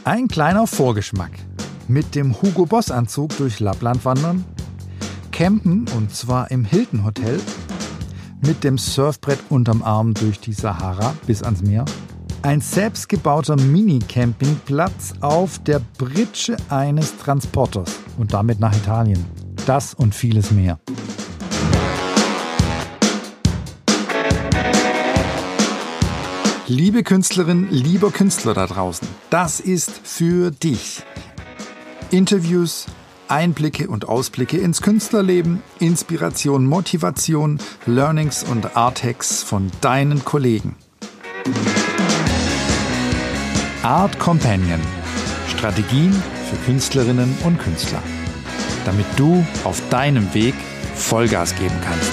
Ein kleiner Vorgeschmack. Mit dem Hugo Boss Anzug durch Lappland wandern, campen und zwar im Hilton Hotel, mit dem Surfbrett unterm Arm durch die Sahara bis ans Meer, ein selbstgebauter Mini-Campingplatz auf der Pritsche eines Transporters und damit nach Italien. Das und vieles mehr. Liebe Künstlerin, lieber Künstler da draußen, das ist für dich. Interviews, Einblicke und Ausblicke ins Künstlerleben, Inspiration, Motivation, Learnings und Art-Hacks von deinen Kollegen. Art Companion. Strategien für Künstlerinnen und Künstler. Damit du auf deinem Weg Vollgas geben kannst.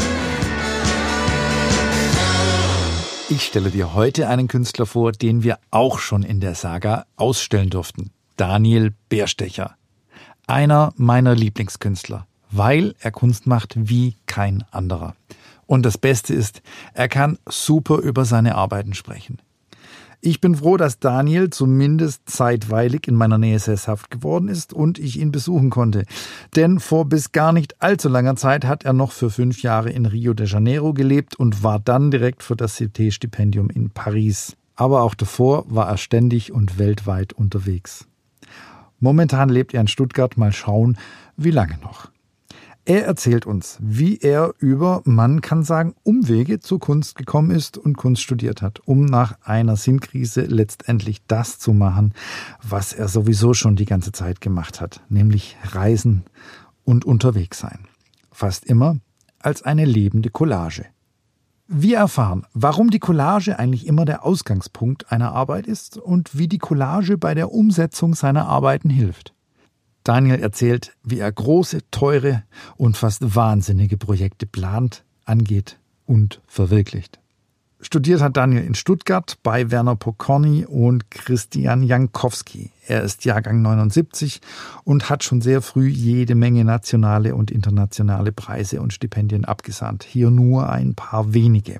Ich stelle dir heute einen Künstler vor, den wir auch schon in der Saga ausstellen durften. Daniel Bärstecher. Einer meiner Lieblingskünstler, weil er Kunst macht wie kein anderer. Und das Beste ist, er kann super über seine Arbeiten sprechen. Ich bin froh, dass Daniel zumindest zeitweilig in meiner Nähe sesshaft geworden ist und ich ihn besuchen konnte. Denn vor bis gar nicht allzu langer Zeit hat er noch für 5 Jahre in Rio de Janeiro gelebt und war dann direkt für das Cité-Stipendium in Paris. Aber auch davor war er ständig und weltweit unterwegs. Momentan lebt er in Stuttgart, mal schauen, wie lange noch. Er erzählt uns, wie er über, man kann sagen, Umwege zur Kunst gekommen ist und Kunst studiert hat, um nach einer Sinnkrise letztendlich das zu machen, was er sowieso schon die ganze Zeit gemacht hat, nämlich reisen und unterwegs sein. Fast immer als eine lebende Collage. Wir erfahren, warum die Collage eigentlich immer der Ausgangspunkt einer Arbeit ist und wie die Collage bei der Umsetzung seiner Arbeiten hilft. Daniel erzählt, wie er große, teure und fast wahnsinnige Projekte plant, angeht und verwirklicht. Studiert hat Daniel in Stuttgart bei Werner Pokorny und Christian Jankowski. Er ist Jahrgang 79 und hat schon sehr früh jede Menge nationale und internationale Preise und Stipendien abgesahnt. Hier nur ein paar wenige.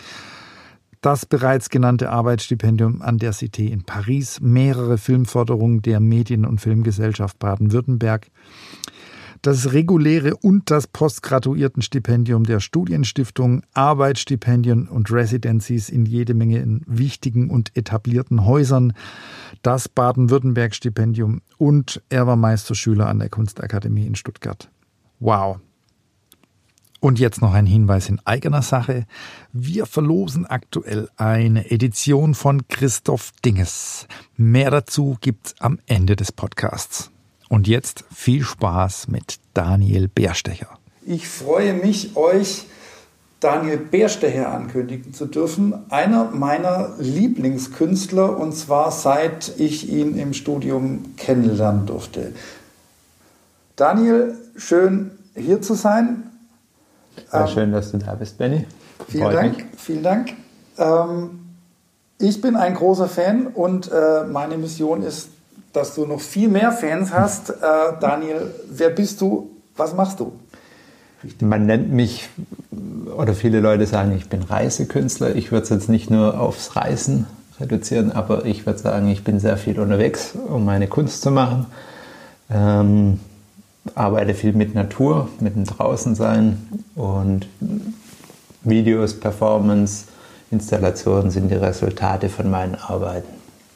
Das bereits genannte Arbeitsstipendium an der Cité in Paris, mehrere Filmförderungen der Medien- und Filmgesellschaft Baden-Württemberg, das reguläre und das Postgraduiertenstipendium der Studienstiftung, Arbeitsstipendien und Residencies in jede Menge in wichtigen und etablierten Häusern, das Baden-Württemberg-Stipendium und er war Meisterschüler an der Kunstakademie in Stuttgart. Wow! Und jetzt noch ein Hinweis in eigener Sache. Wir verlosen aktuell eine Edition von Christoph Dinges. Mehr dazu gibt's am Ende des Podcasts. Und jetzt viel Spaß mit Daniel Bärstecher. Ich freue mich, euch Daniel Bärstecher ankündigen zu dürfen. Einer meiner Lieblingskünstler, und zwar seit ich ihn im Studium kennenlernen durfte. Daniel, schön hier zu sein. Schön, dass du da bist, Benny. Vielen Dank. Ich bin ein großer Fan und meine Mission ist, dass du noch viel mehr Fans hast. Daniel, wer bist du? Was machst du? Man nennt mich, oder viele Leute sagen, ich bin Reisekünstler. Ich würde es jetzt nicht nur aufs Reisen reduzieren, aber ich würde sagen, ich bin sehr viel unterwegs, um meine Kunst zu machen. Arbeite viel mit Natur, mit dem Draußensein und Videos, Performance, Installationen sind die Resultate von meinen Arbeiten.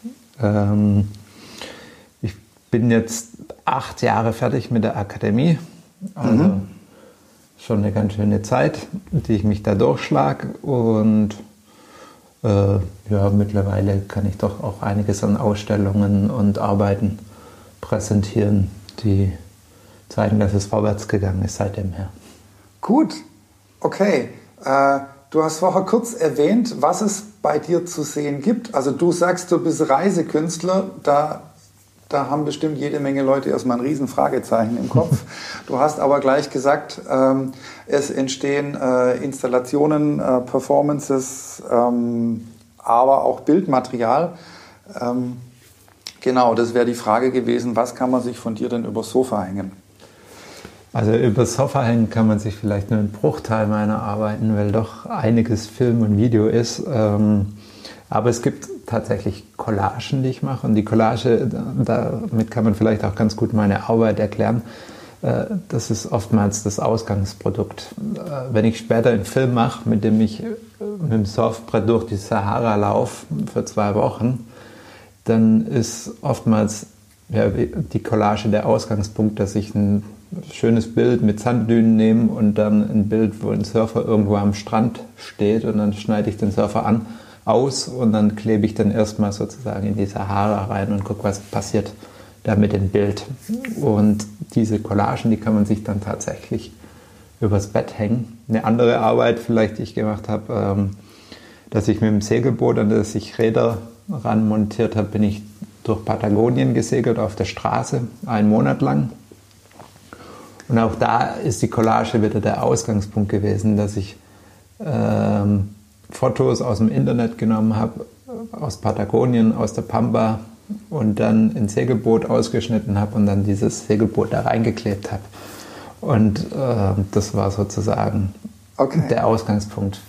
Ich bin jetzt 8 Jahre fertig mit der Akademie, also schon eine ganz schöne Zeit, die ich mich da durchschlage und mittlerweile kann ich doch auch einiges an Ausstellungen und Arbeiten präsentieren, die zeigen, dass es vorwärts gegangen ist seitdem her. Gut, okay. Du hast vorher kurz erwähnt, was es bei dir zu sehen gibt. Also du sagst, du bist Reisekünstler, da haben bestimmt jede Menge Leute erstmal ein riesen Fragezeichen im Kopf. Du hast aber gleich gesagt, es entstehen Installationen, Performances, aber auch Bildmaterial. Genau, das wäre die Frage gewesen, was kann man sich von dir denn übers Sofa hängen? Also über das Sofa hängen kann man sich vielleicht nur einen Bruchteil meiner Arbeiten, weil doch einiges Film und Video ist. Aber es gibt tatsächlich Collagen, die ich mache. Und die Collage, damit kann man vielleicht auch ganz gut meine Arbeit erklären. Das ist oftmals das Ausgangsprodukt. Wenn ich später einen Film mache, mit dem ich mit dem Surfbrett durch die Sahara laufe für 2 Wochen, dann ist oftmals die Collage der Ausgangspunkt, dass ich ein schönes Bild mit Sanddünen nehme und dann ein Bild, wo ein Surfer irgendwo am Strand steht, und dann schneide ich den Surfer aus und dann klebe ich dann erstmal sozusagen in die Sahara rein und gucke, was passiert da mit dem Bild. Und diese Collagen, die kann man sich dann tatsächlich übers Bett hängen. Eine andere Arbeit vielleicht, die ich gemacht habe, dass ich mit dem Segelboot, an das ich Räder ran montiert habe, bin ich durch Patagonien gesegelt auf der Straße, 1 Monat lang. Und auch da ist die Collage wieder der Ausgangspunkt gewesen, dass ich Fotos aus dem Internet genommen habe, aus Patagonien, aus der Pampa, und dann ein Segelboot ausgeschnitten habe und dann dieses Segelboot da reingeklebt habe. Und das war sozusagen der Ausgangspunkt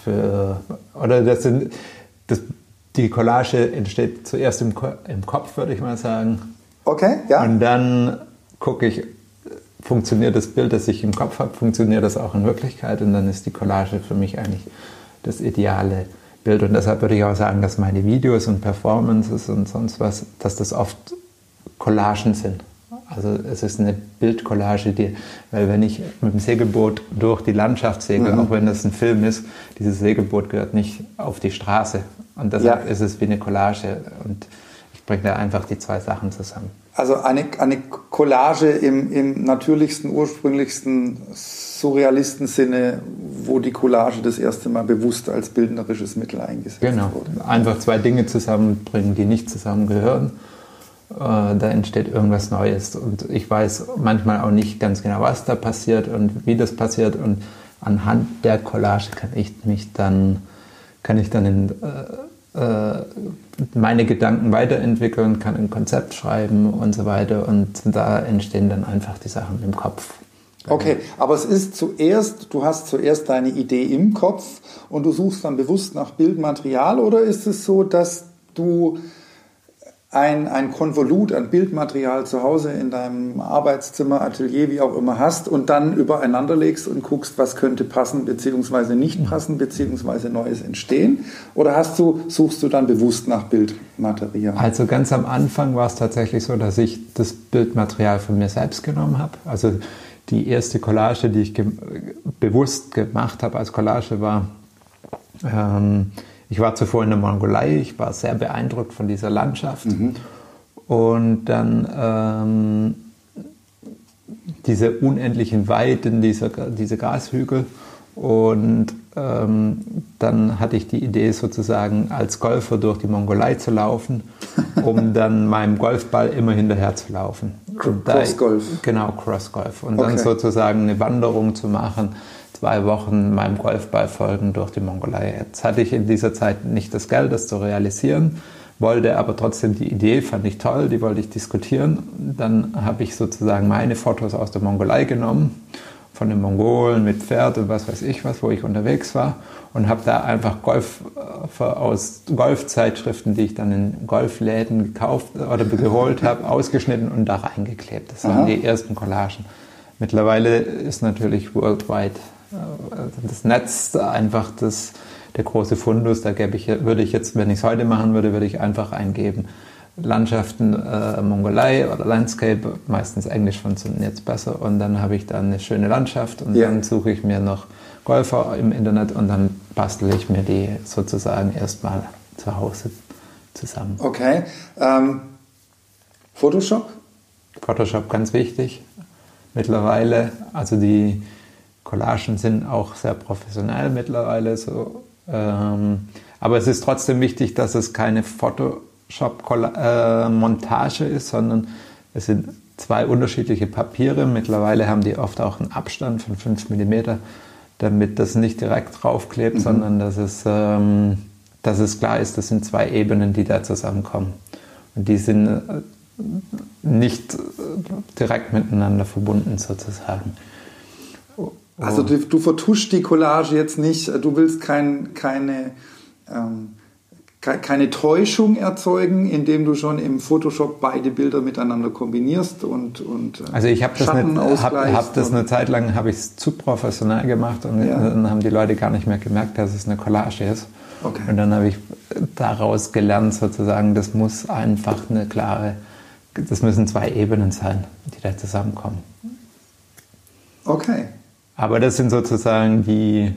die Collage entsteht zuerst im Kopf, würde ich mal sagen. Okay, ja. Und dann gucke ich, funktioniert das Bild, das ich im Kopf habe, funktioniert das auch in Wirklichkeit? Und dann ist die Collage für mich eigentlich das ideale Bild. Und deshalb würde ich auch sagen, dass meine Videos und Performances und sonst was, dass das oft Collagen sind. Also es ist eine Bildcollage, weil wenn ich mit dem Segelboot durch die Landschaft segel, auch wenn das ein Film ist, dieses Segelboot gehört nicht auf die Straße. Und deshalb ist es wie eine Collage. Und ich bringe da einfach die 2 Sachen zusammen. Also eine Collage im natürlichsten, ursprünglichsten, surrealisten Sinne, wo die Collage das erste Mal bewusst als bildnerisches Mittel eingesetzt wurde. Genau, einfach 2 Dinge zusammenbringen, die nicht zusammengehören. Da entsteht irgendwas Neues. Und ich weiß manchmal auch nicht ganz genau, was da passiert und wie das passiert. Und anhand der Collage kann ich dann meine Gedanken weiterentwickeln, kann ein Konzept schreiben und so weiter, und da entstehen dann einfach die Sachen im Kopf. Okay, aber es ist du hast zuerst deine Idee im Kopf und du suchst dann bewusst nach Bildmaterial, oder ist es so, dass du ein Konvolut an Bildmaterial zu Hause in deinem Arbeitszimmer, Atelier, wie auch immer hast und dann übereinander legst und guckst, was könnte passen bzw. nicht passen bzw. Neues entstehen? Oder suchst du dann bewusst nach Bildmaterial? Also ganz am Anfang war es tatsächlich so, dass ich das Bildmaterial von mir selbst genommen habe. Also die erste Collage, die ich bewusst gemacht habe als Collage, war... ich war zuvor in der Mongolei, ich war sehr beeindruckt von dieser Landschaft. Und dann diese unendlichen Weiten, diese Grashügel. Und dann hatte ich die Idee, sozusagen als Golfer durch die Mongolei zu laufen, um dann meinem Golfball immer hinterher zu laufen. Crossgolf. Genau, Crossgolf. Und dann sozusagen eine Wanderung zu machen, 2 Wochen meinem Golfball folgen durch die Mongolei. Jetzt hatte ich in dieser Zeit nicht das Geld, das zu realisieren, wollte aber trotzdem die Idee, fand ich toll, die wollte ich diskutieren. Dann habe ich sozusagen meine Fotos aus der Mongolei genommen, von den Mongolen mit Pferd und was weiß ich was, wo ich unterwegs war, und habe da einfach aus Golfzeitschriften, die ich dann in Golfläden gekauft oder geholt habe, ausgeschnitten und da reingeklebt. Das waren die ersten Collagen. Mittlerweile ist natürlich worldwide das Netz einfach der große Fundus. Da würde ich jetzt, wenn ich es heute machen würde, würde ich einfach eingeben Landschaften Mongolei oder Landscape, meistens Englisch funktioniert jetzt besser, und dann habe ich da eine schöne Landschaft und dann suche ich mir noch Golfer im Internet und dann bastle ich mir die sozusagen erstmal zu Hause zusammen. Okay. Photoshop? Photoshop ganz wichtig mittlerweile. Also die Collagen sind auch sehr professionell mittlerweile so. Aber es ist trotzdem wichtig, dass es keine Photoshop-Montage ist, sondern es sind 2 unterschiedliche Papiere. Mittlerweile haben die oft auch einen Abstand von 5 mm, damit das nicht direkt draufklebt, sondern dass es klar ist, das sind 2 Ebenen, die da zusammenkommen. Und die sind nicht direkt miteinander verbunden sozusagen. Also du vertuschst die Collage jetzt nicht, du willst keine keine Täuschung erzeugen, indem du schon im Photoshop beide Bilder miteinander kombinierst und also ich habe das eine Zeit lang habe ich es zu professionell gemacht und dann haben die Leute gar nicht mehr gemerkt, dass es eine Collage ist. Okay. Und dann habe ich daraus gelernt sozusagen, das muss einfach das müssen zwei Ebenen sein, die da zusammenkommen. Okay. Aber das sind sozusagen die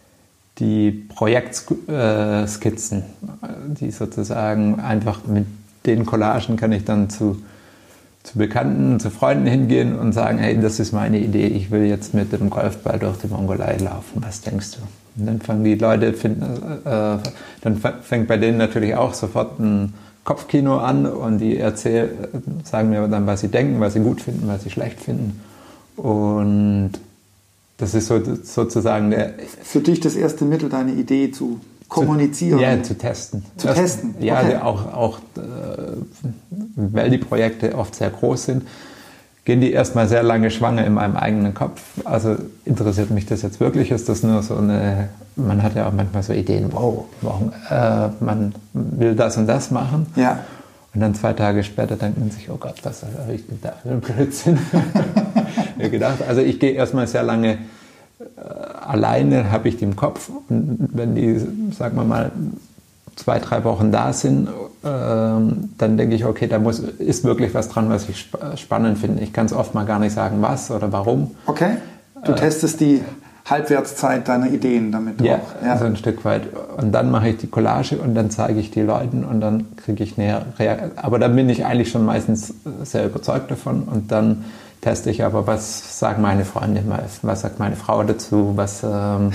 Projektskizzen, die sozusagen einfach mit den Collagen kann ich dann zu Bekannten, zu Freunden hingehen und sagen, hey, das ist meine Idee, ich will jetzt mit dem Golfball durch die Mongolei laufen, was denkst du? Und dann fangen die Leute, dann fängt bei denen natürlich auch sofort ein Kopfkino an und die sagen mir dann, was sie denken, was sie gut finden, was sie schlecht finden. Und das ist sozusagen für dich das erste Mittel, deine Idee zu kommunizieren. Zu testen. Testen? Ja, okay. auch weil die Projekte oft sehr groß sind, gehen die erstmal sehr lange schwanger in meinem eigenen Kopf. Also interessiert mich das jetzt wirklich? Ist das nur so man hat ja auch manchmal so Ideen, man will das und das machen. Ja. Und dann 2 Tage später denkt man sich, oh Gott, was habe ich denn da für einen Blödsinn gedacht. Also ich gehe erstmal sehr lange alleine, habe ich die im Kopf. Und wenn die, sagen wir mal, 2-3 Wochen da sind, dann denke ich, okay, ist wirklich was dran, was ich spannend finde. Ich kann es oft mal gar nicht sagen, was oder warum. Okay, du testest die Halbwertszeit deiner Ideen damit ja, auch. Ja, so ein Stück weit. Und dann mache ich die Collage und dann zeige ich die Leuten und dann kriege ich näher Reaktion. Aber dann bin ich eigentlich schon meistens sehr überzeugt davon und dann teste ich aber, was sagen meine Freunde, was sagt meine Frau dazu, und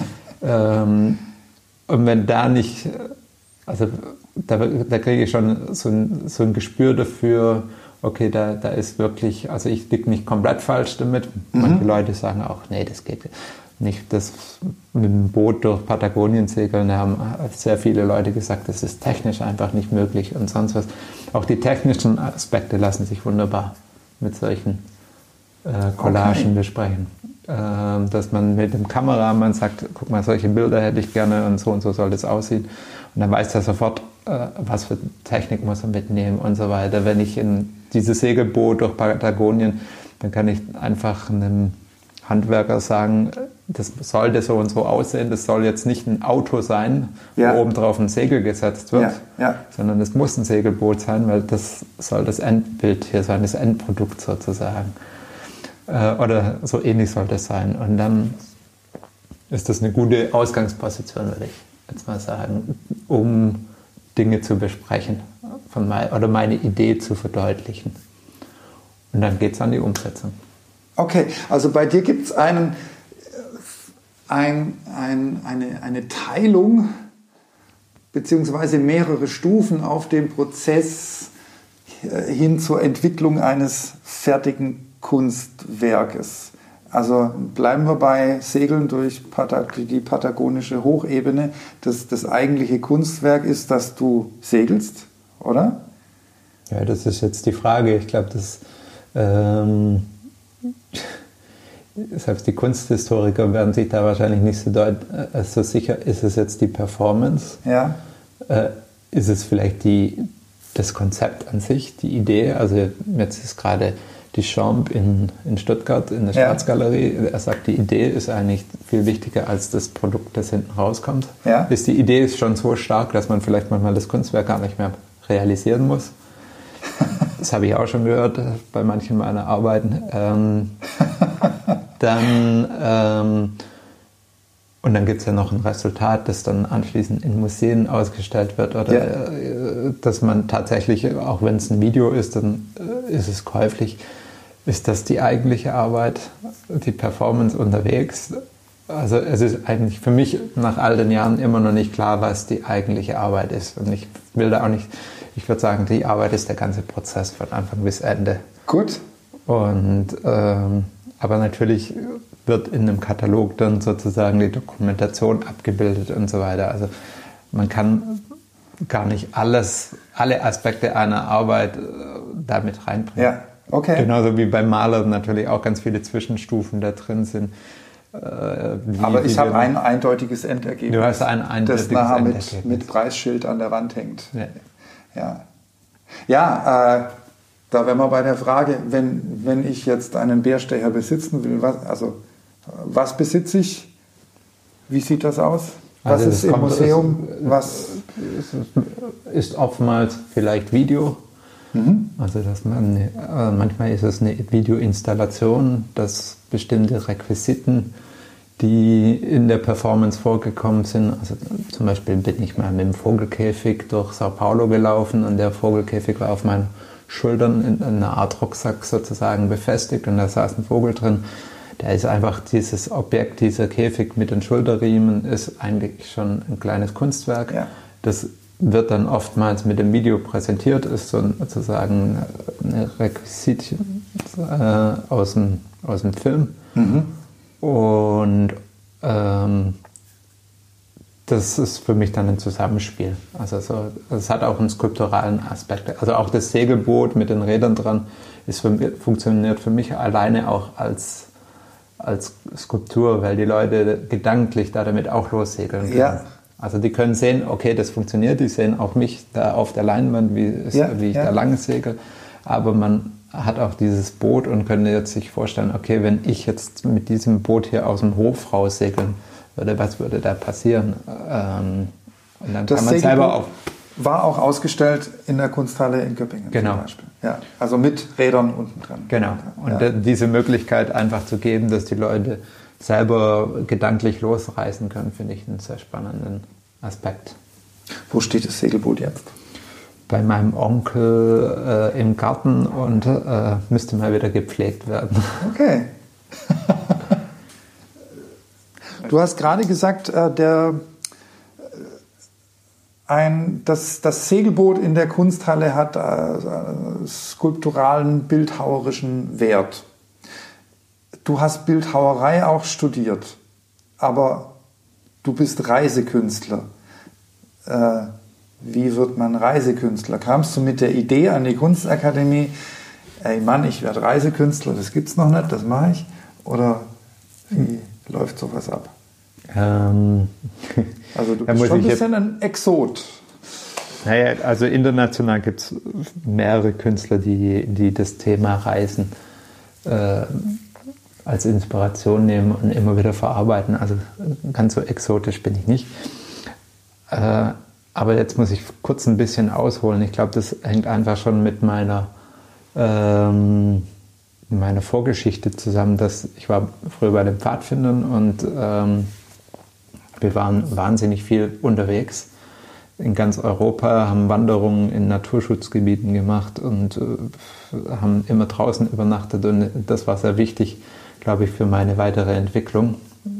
wenn da nicht, also da kriege ich schon so ein Gespür dafür, okay, da ist wirklich, also ich liege nicht komplett falsch damit. Manche Leute sagen auch, nee, das geht nicht. Das mit dem Boot durch Patagonien segeln, da haben sehr viele Leute gesagt, das ist technisch einfach nicht möglich und sonst was. Auch die technischen Aspekte lassen sich wunderbar mit solchen Collagen besprechen. Dass man mit dem Kameramann sagt, guck mal, solche Bilder hätte ich gerne und so soll das aussehen. Und dann weiß er sofort, was für Technik muss er mitnehmen und so weiter. Wenn ich in dieses Segelboot durch Patagonien, dann kann ich einfach einem Handwerker sagen, das sollte so und so aussehen, das soll jetzt nicht ein Auto sein, wo oben drauf ein Segel gesetzt wird, sondern es muss ein Segelboot sein, weil das soll das Endbild hier sein, das Endprodukt sozusagen. Oder so ähnlich soll das sein. Und dann ist das eine gute Ausgangsposition, würde ich jetzt mal sagen, um Dinge zu besprechen oder meine Idee zu verdeutlichen. Und dann geht es an die Umsetzung. Okay, also bei dir gibt es eine Teilung beziehungsweise mehrere Stufen auf dem Prozess hin zur Entwicklung eines fertigen Kunstwerkes. Also bleiben wir bei Segeln durch die patagonische Hochebene. Das eigentliche Kunstwerk ist, dass du segelst, oder? Ja, das ist jetzt die Frage. Ich glaube, selbst die Kunsthistoriker werden sich da wahrscheinlich nicht so sicher, ist es jetzt die Performance? Ja. Ist es vielleicht das Konzept an sich, die Idee? Also jetzt ist gerade Duchamp in Stuttgart in der Staatsgalerie. Er sagt, die Idee ist eigentlich viel wichtiger als das Produkt, das hinten rauskommt. Ja. Die Idee ist schon so stark, dass man vielleicht manchmal das Kunstwerk gar nicht mehr realisieren muss. Das habe ich auch schon gehört bei manchen meiner Arbeiten. Und dann gibt es ja noch ein Resultat, das dann anschließend in Museen ausgestellt wird. Oder dass man tatsächlich, auch wenn es ein Video ist, dann ist es käuflich. Ist das die eigentliche Arbeit, die Performance unterwegs? Also es ist eigentlich für mich nach all den Jahren immer noch nicht klar, was die eigentliche Arbeit ist. Und ich will da auch nicht, ich würde sagen, die Arbeit ist der ganze Prozess von Anfang bis Ende. Gut. Und aber natürlich wird in einem Katalog dann sozusagen die Dokumentation abgebildet und so weiter. Also man kann gar nicht alle Aspekte einer Arbeit damit reinbringen. Ja, okay. Genauso wie beim Maler natürlich auch ganz viele Zwischenstufen da drin sind. Aber ich habe ein eindeutiges Endergebnis. Du hast ein eindeutiges das nachher Endergebnis. mit Preisschild an der Wand hängt. Ja. Da wären wir bei der Frage, wenn ich jetzt einen Bärstecher besitzen will, was besitze ich? Wie sieht das aus? Was Also ist im Museum? Was ist oftmals vielleicht Video. Also dass manchmal ist es eine Videoinstallation, dass bestimmte Requisiten, die in der Performance vorgekommen sind, also zum Beispiel bin ich mal mit dem Vogelkäfig durch Sao Paulo gelaufen und der Vogelkäfig war auf meinen Schultern in einer Art Rucksack sozusagen befestigt und da saß ein Vogel drin. Da ist einfach dieses Objekt, dieser Käfig mit den Schulterriemen, ist eigentlich schon ein kleines Kunstwerk. Ja. Das wird dann oftmals mit dem Video präsentiert, ist sozusagen eine Requisit aus dem Film. Und das ist für mich dann ein Zusammenspiel. Also es hat auch einen skulpturalen Aspekt. Also auch das Segelboot mit den Rädern dran funktioniert für mich alleine auch als Skulptur, weil die Leute gedanklich damit auch lossegeln können. Ja. Also die können sehen, okay, das funktioniert, die sehen auch mich da auf der Leinwand, wie ich da lang segel, aber man hat auch dieses Boot und könnte jetzt sich vorstellen, okay, wenn ich jetzt mit diesem Boot hier aus dem Hof raussegeln würde, was würde da passieren? Und dann das kann man selber auch... War auch ausgestellt in der Kunsthalle in Göppingen zum Beispiel. Ja, also mit Rädern unten dran. Genau. Und diese Möglichkeit einfach zu geben, dass die Leute selber gedanklich losreisen können, finde ich einen sehr spannenden Aspekt. Wo steht das Segelboot jetzt? Bei meinem Onkel im Garten und müsste mal wieder gepflegt werden. Okay. Du hast gerade gesagt, das Segelboot in der Kunsthalle hat skulpturalen, bildhauerischen Wert. Du hast Bildhauerei auch studiert, aber du bist Reisekünstler. Wie wird man Reisekünstler? Kamst du mit der Idee an die Kunstakademie, ey Mann, ich werde Reisekünstler, das gibt's noch nicht, das mache ich? Oder wie läuft sowas ab? Also du bist schon ein bisschen ein Exot. Naja, also international gibt es mehrere Künstler, die das Thema Reisen als Inspiration nehmen und immer wieder verarbeiten. Also ganz so exotisch bin ich nicht. Aber jetzt muss ich kurz ein bisschen ausholen. Ich glaube, das hängt einfach schon mit meiner Vorgeschichte zusammen. Dass ich war früher bei den Pfadfindern und wir waren wahnsinnig viel unterwegs in ganz Europa, haben Wanderungen in Naturschutzgebieten gemacht und haben immer draußen übernachtet und das war sehr wichtig, glaube ich, für meine weitere Entwicklung.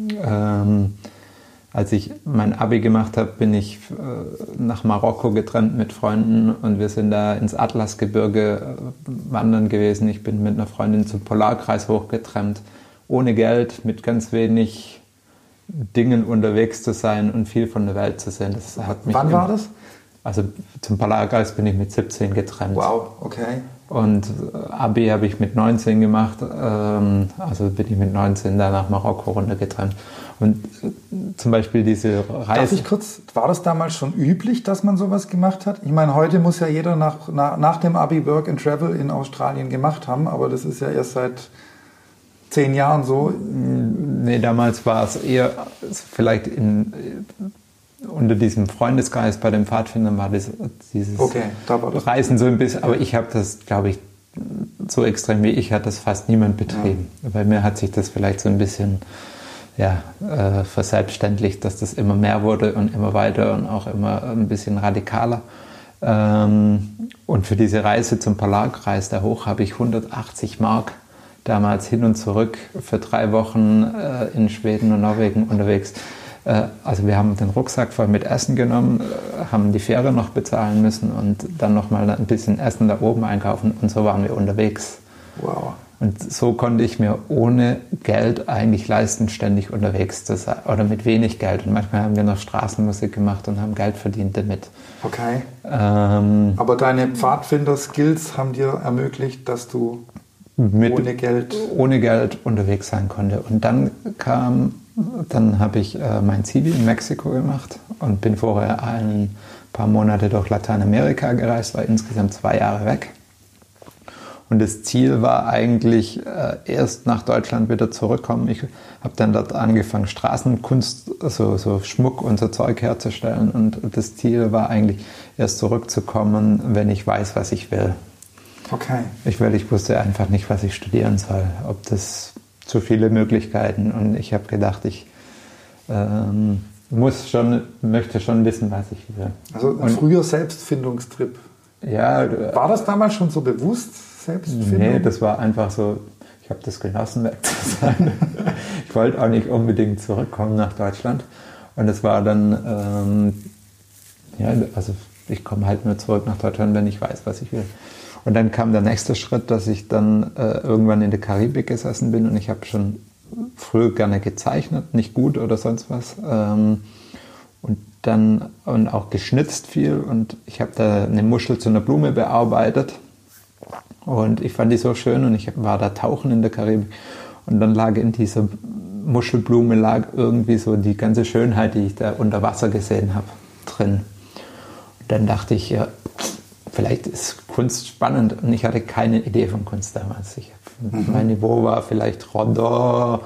Als ich mein Abi gemacht habe, bin ich nach Marokko getrennt mit Freunden und wir sind da ins Atlasgebirge wandern gewesen. Ich bin mit einer Freundin zum Polarkreis hochgetrennt, ohne Geld, mit ganz wenig Dingen unterwegs zu sein und viel von der Welt zu sehen. Das hat mich Wann war das? Also zum Polarkreis bin ich mit 17 getrennt. Wow, okay. Und Abi habe ich mit 19 gemacht, also bin ich mit 19 da nach Marokko runtergetrennt. Und zum Beispiel diese Reise... Darf ich kurz, war das damals schon üblich, dass man sowas gemacht hat? Ich meine, heute muss ja jeder nach dem Abi Work and Travel in Australien gemacht haben, aber das ist ja erst seit 10 Jahren so. Nee, damals war es eher vielleicht unter diesem Freundeskreis bei den Pfadfindern war dieses da war das Reisen so ein bisschen, aber ich habe das, glaube ich, so extrem wie ich hat das fast niemand betrieben. Ja. Bei mir hat sich das vielleicht so ein bisschen verselbstständigt, dass das immer mehr wurde und immer weiter und auch immer ein bisschen radikaler. Und für diese Reise zum Polarkreis da hoch habe ich 180 Mark damals hin und zurück für 3 Wochen in Schweden und Norwegen unterwegs. Also wir haben den Rucksack voll mit Essen genommen, haben die Fähre noch bezahlen müssen und dann noch mal ein bisschen Essen da oben einkaufen und so waren wir unterwegs. Wow. Und so konnte ich mir ohne Geld eigentlich leisten, ständig unterwegs zu sein oder mit wenig Geld. Und manchmal haben wir noch Straßenmusik gemacht und haben Geld verdient damit. Okay. Aber deine Pfadfinder-Skills haben dir ermöglicht, dass du ohne Geld unterwegs sein konnte. Und dann habe ich mein Zivi in Mexiko gemacht und bin vorher ein paar Monate durch Lateinamerika gereist, war insgesamt 2 Jahre weg. Und das Ziel war eigentlich erst nach Deutschland wieder zurückkommen. Ich habe dann dort angefangen, Straßenkunst, so Schmuck und so Zeug herzustellen. Und das Ziel war eigentlich erst zurückzukommen, wenn ich weiß, was ich will. Okay. Ich wusste einfach nicht, was ich studieren soll. Ob das zu viele Möglichkeiten. Und ich habe gedacht, ich möchte schon wissen, was ich will. Also ein früher Selbstfindungstrip. Ja. War das damals schon so bewusst, Selbstfindung? Nee, das war einfach so, ich habe das genossen, weg zu sein. Ich wollte auch nicht unbedingt zurückkommen nach Deutschland. Und es war dann, also ich komme halt nur zurück nach Deutschland, wenn ich weiß, was ich will. Und dann kam der nächste Schritt, dass ich dann irgendwann in der Karibik gesessen bin und ich habe schon früher gerne gezeichnet, nicht gut oder sonst was. Und auch geschnitzt viel und ich habe da eine Muschel zu einer Blume bearbeitet und ich fand die so schön und ich war da tauchen in der Karibik und dann lag in dieser Muschelblume irgendwie so die ganze Schönheit, die ich da unter Wasser gesehen habe, drin. Und dann dachte ich, ja, vielleicht ist Kunst spannend und ich hatte keine Idee von Kunst damals. Mein Niveau war vielleicht Rodin,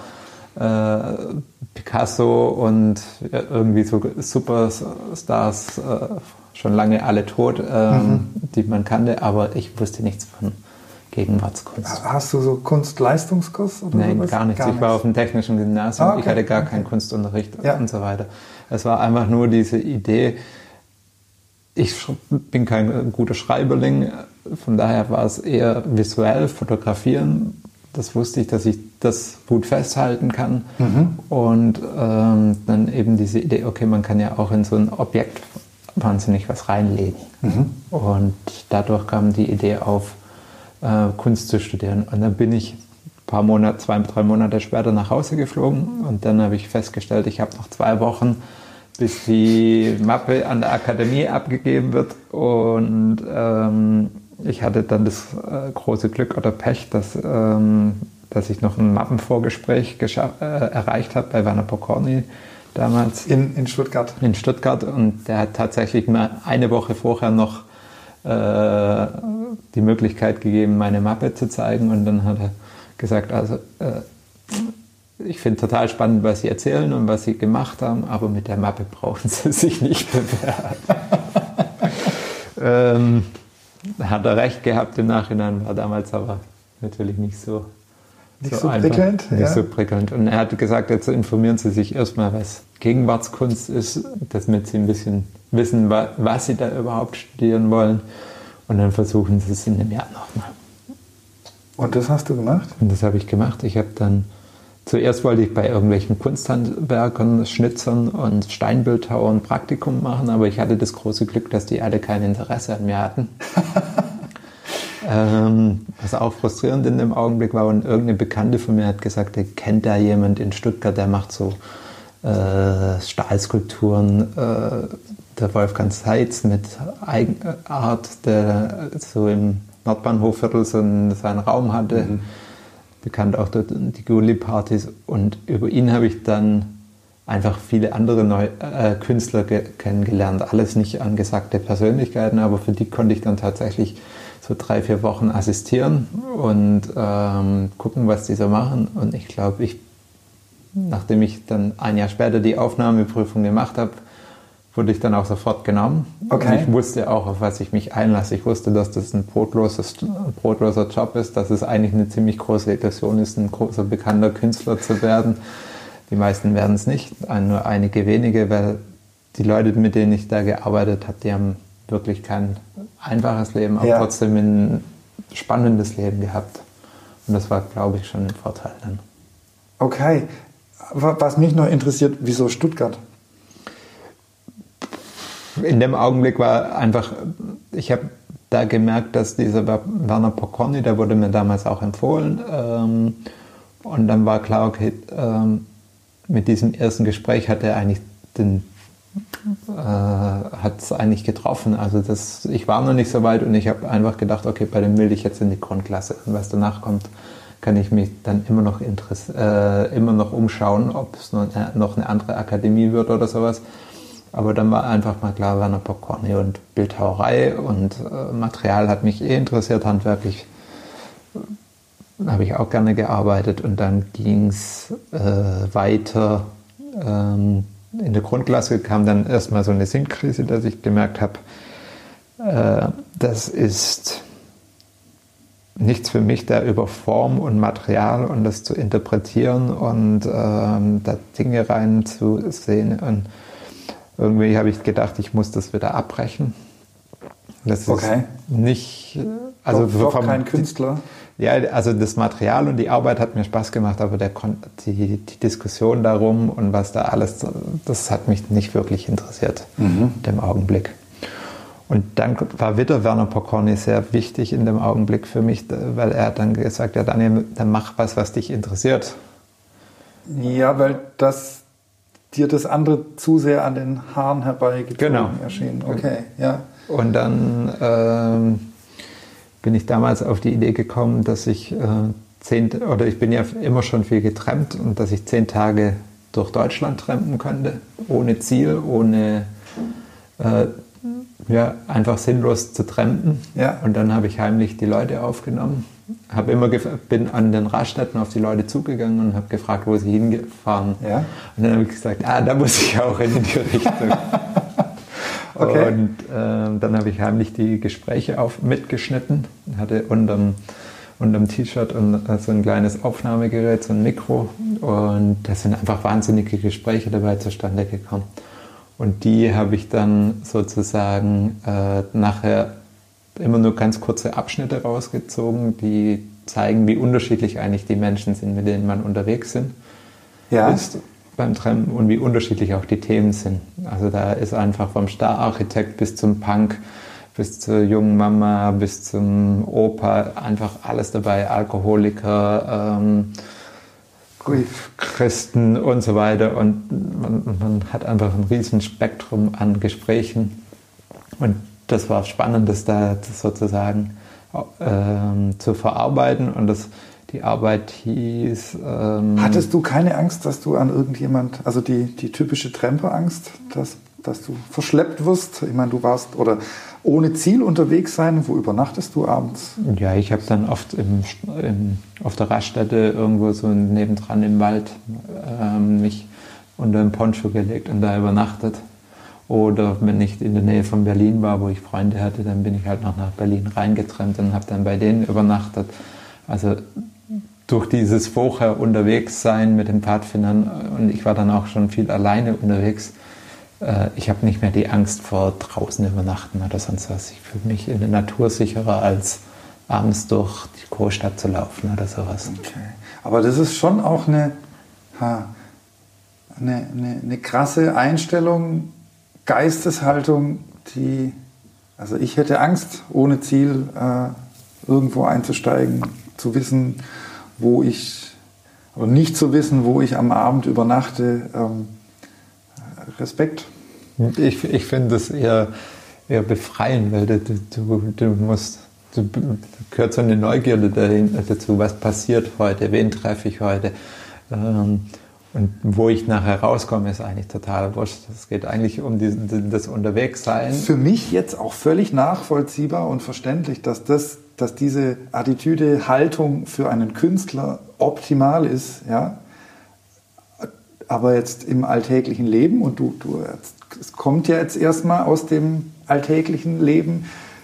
Picasso und irgendwie so Superstars, schon lange alle tot, die man kannte, aber ich wusste nichts von Gegenwartskunst. Hast du so Kunstleistungskurs? Oder Nein, sowas? gar nichts. Ich war auf dem technischen Gymnasium, ich hatte gar keinen Kunstunterricht und so weiter. Es war einfach nur diese Idee, ich bin kein guter Schreiberling, von daher war es eher visuell, fotografieren. Das wusste ich, dass ich das gut festhalten kann. Und dann eben diese Idee, okay, man kann ja auch in so ein Objekt wahnsinnig was reinlegen. Und dadurch kam die Idee auf, Kunst zu studieren. Und dann bin ich 2-3 Monate später nach Hause geflogen und dann habe ich festgestellt, ich habe noch 2 Wochen, bis die Mappe an der Akademie abgegeben wird. Und ich hatte dann das große Glück oder Pech, dass ich noch ein Mappenvorgespräch erreicht habe bei Werner Pokorny damals. In Stuttgart? In Stuttgart. Und der hat tatsächlich mir eine Woche vorher noch die Möglichkeit gegeben, meine Mappe zu zeigen. Und dann hat er gesagt, also ich finde total spannend, was Sie erzählen und was Sie gemacht haben, aber mit der Mappe brauchen Sie sich nicht bewerben. Hat er recht gehabt im Nachhinein, war damals aber natürlich nicht so prickelnd. Nicht so prickelnd. Und er hat gesagt, jetzt informieren Sie sich erstmal, was Gegenwartskunst ist, damit Sie ein bisschen wissen, was Sie da überhaupt studieren wollen. Und dann versuchen Sie es in einem Jahr nochmal. Und das hast du gemacht? Und das habe ich gemacht. Zuerst wollte ich bei irgendwelchen Kunsthandwerkern, Schnitzern und Steinbildhauern ein Praktikum machen, aber ich hatte das große Glück, dass die alle kein Interesse an mir hatten. Was auch frustrierend in dem Augenblick war, und irgendeine Bekannte von mir hat gesagt, er kennt da jemand in Stuttgart, der macht so Stahlskulpturen, der Wolfgang Seitz mit Eigenart, der so im Nordbahnhofviertel so seinen Raum hatte. Bekannt auch dort die Gulli-Partys, und über ihn habe ich dann einfach viele andere Künstler kennengelernt. Alles nicht angesagte Persönlichkeiten, aber für die konnte ich dann tatsächlich so 3-4 Wochen assistieren und gucken, was die so machen. Und ich glaube, nachdem ich dann ein Jahr später die Aufnahmeprüfung gemacht habe, wurde ich dann auch sofort genommen. Okay. Und ich wusste auch, auf was ich mich einlasse. Ich wusste, dass das ein brotloser Job ist, dass es eigentlich eine ziemlich große Illusion ist, ein großer, bekannter Künstler zu werden. Die meisten werden es nicht, nur einige wenige, weil die Leute, mit denen ich da gearbeitet habe, die haben wirklich kein einfaches Leben, aber trotzdem ein spannendes Leben gehabt. Und das war, glaube ich, schon ein Vorteil dann. Okay. Was mich noch interessiert, wieso Stuttgart? In dem Augenblick war einfach, ich habe da gemerkt, dass dieser Werner Pokorny, der wurde mir damals auch empfohlen. Und dann war klar, okay, mit diesem ersten Gespräch hat er eigentlich hat es eigentlich getroffen. Also ich war noch nicht so weit und ich habe einfach gedacht, okay, bei dem will ich jetzt in die Grundklasse. Und was danach kommt, kann ich mich dann immer noch umschauen, ob es noch eine andere Akademie wird oder sowas. Aber dann war einfach mal klar, Werner Pokorny und Bildhauerei und Material hat mich interessiert, handwerklich habe ich auch gerne gearbeitet und dann ging es weiter. In der Grundklasse kam dann erstmal so eine Sinnkrise, dass ich gemerkt habe, das ist nichts für mich, da über Form und Material und das zu interpretieren und da Dinge reinzusehen. Und irgendwie habe ich gedacht, ich muss das wieder abbrechen. Das ist nicht... Also doch kein Künstler. Ja, also das Material und die Arbeit hat mir Spaß gemacht, aber die Diskussion darum und was da alles, das hat mich nicht wirklich interessiert in dem Augenblick. Und dann war wieder Werner Pokorny sehr wichtig in dem Augenblick für mich, weil er hat dann gesagt, ja Daniel, dann mach was dich interessiert. Ja, weil dir das andere zu sehr an den Haaren herbeigezogen erschien. Okay, ja. Und dann bin ich damals auf die Idee gekommen, dass ich ich bin ja immer schon viel getrampt und dass ich 10 Tage durch Deutschland trampen könnte, ohne Ziel, ohne einfach sinnlos zu trampen. Ja. Und dann habe ich heimlich die Leute aufgenommen, bin an den Raststätten auf die Leute zugegangen und habe gefragt, wo sie hingefahren. Ja. Und dann habe ich gesagt, da muss ich auch in die Richtung. Okay. Und dann habe ich heimlich die Gespräche mitgeschnitten, hatte unterm T-Shirt und so ein kleines Aufnahmegerät, so ein Mikro. Und da sind einfach wahnsinnige Gespräche dabei zustande gekommen. Und die habe ich dann sozusagen nachher immer nur ganz kurze Abschnitte rausgezogen, die zeigen, wie unterschiedlich eigentlich die Menschen sind, mit denen man unterwegs ist beim Trampen und wie unterschiedlich auch die Themen sind. Also da ist einfach vom Star-Architekt bis zum Punk, bis zur jungen Mama, bis zum Opa, einfach alles dabei, Alkoholiker, Christen und so weiter. Und man hat einfach ein riesen Spektrum an Gesprächen. Und das war spannend, das da sozusagen zu verarbeiten. Und die Arbeit hieß... Hattest du keine Angst, dass du an irgendjemand, also die typische Tramperangst, dass du verschleppt wirst? Ich meine, du warst oder ohne Ziel unterwegs sein. Wo übernachtest du abends? Ja, ich habe dann oft auf der Raststätte irgendwo so nebendran im Wald mich unter einen Poncho gelegt und da übernachtet. Oder wenn ich in der Nähe von Berlin war, wo ich Freunde hatte, dann bin ich halt noch nach Berlin reingetrennt und habe dann bei denen übernachtet. Also durch dieses vorher unterwegs sein mit den Pfadfindern und ich war dann auch schon viel alleine unterwegs, ich habe nicht mehr die Angst vor draußen übernachten oder sonst was. Ich fühle mich in der Natur sicherer, als abends durch die Großstadt zu laufen oder sowas. Okay. Aber das ist schon auch eine krasse Einstellung, Geisteshaltung, also ich hätte Angst, ohne Ziel irgendwo einzusteigen, zu wissen, oder nicht zu wissen, wo ich am Abend übernachte. Respekt. Ich finde das eher befreiend, weil du gehört so eine Neugierde dazu, was passiert heute, wen treffe ich heute. Und wo ich nachher rauskomme, ist eigentlich total wurscht. Es geht eigentlich um das Unterwegssein. Für mich jetzt auch völlig nachvollziehbar und verständlich, dass diese Attitüde, Haltung für einen Künstler optimal ist, ja. Aber jetzt im alltäglichen Leben, und es kommt ja jetzt erstmal aus dem alltäglichen Leben,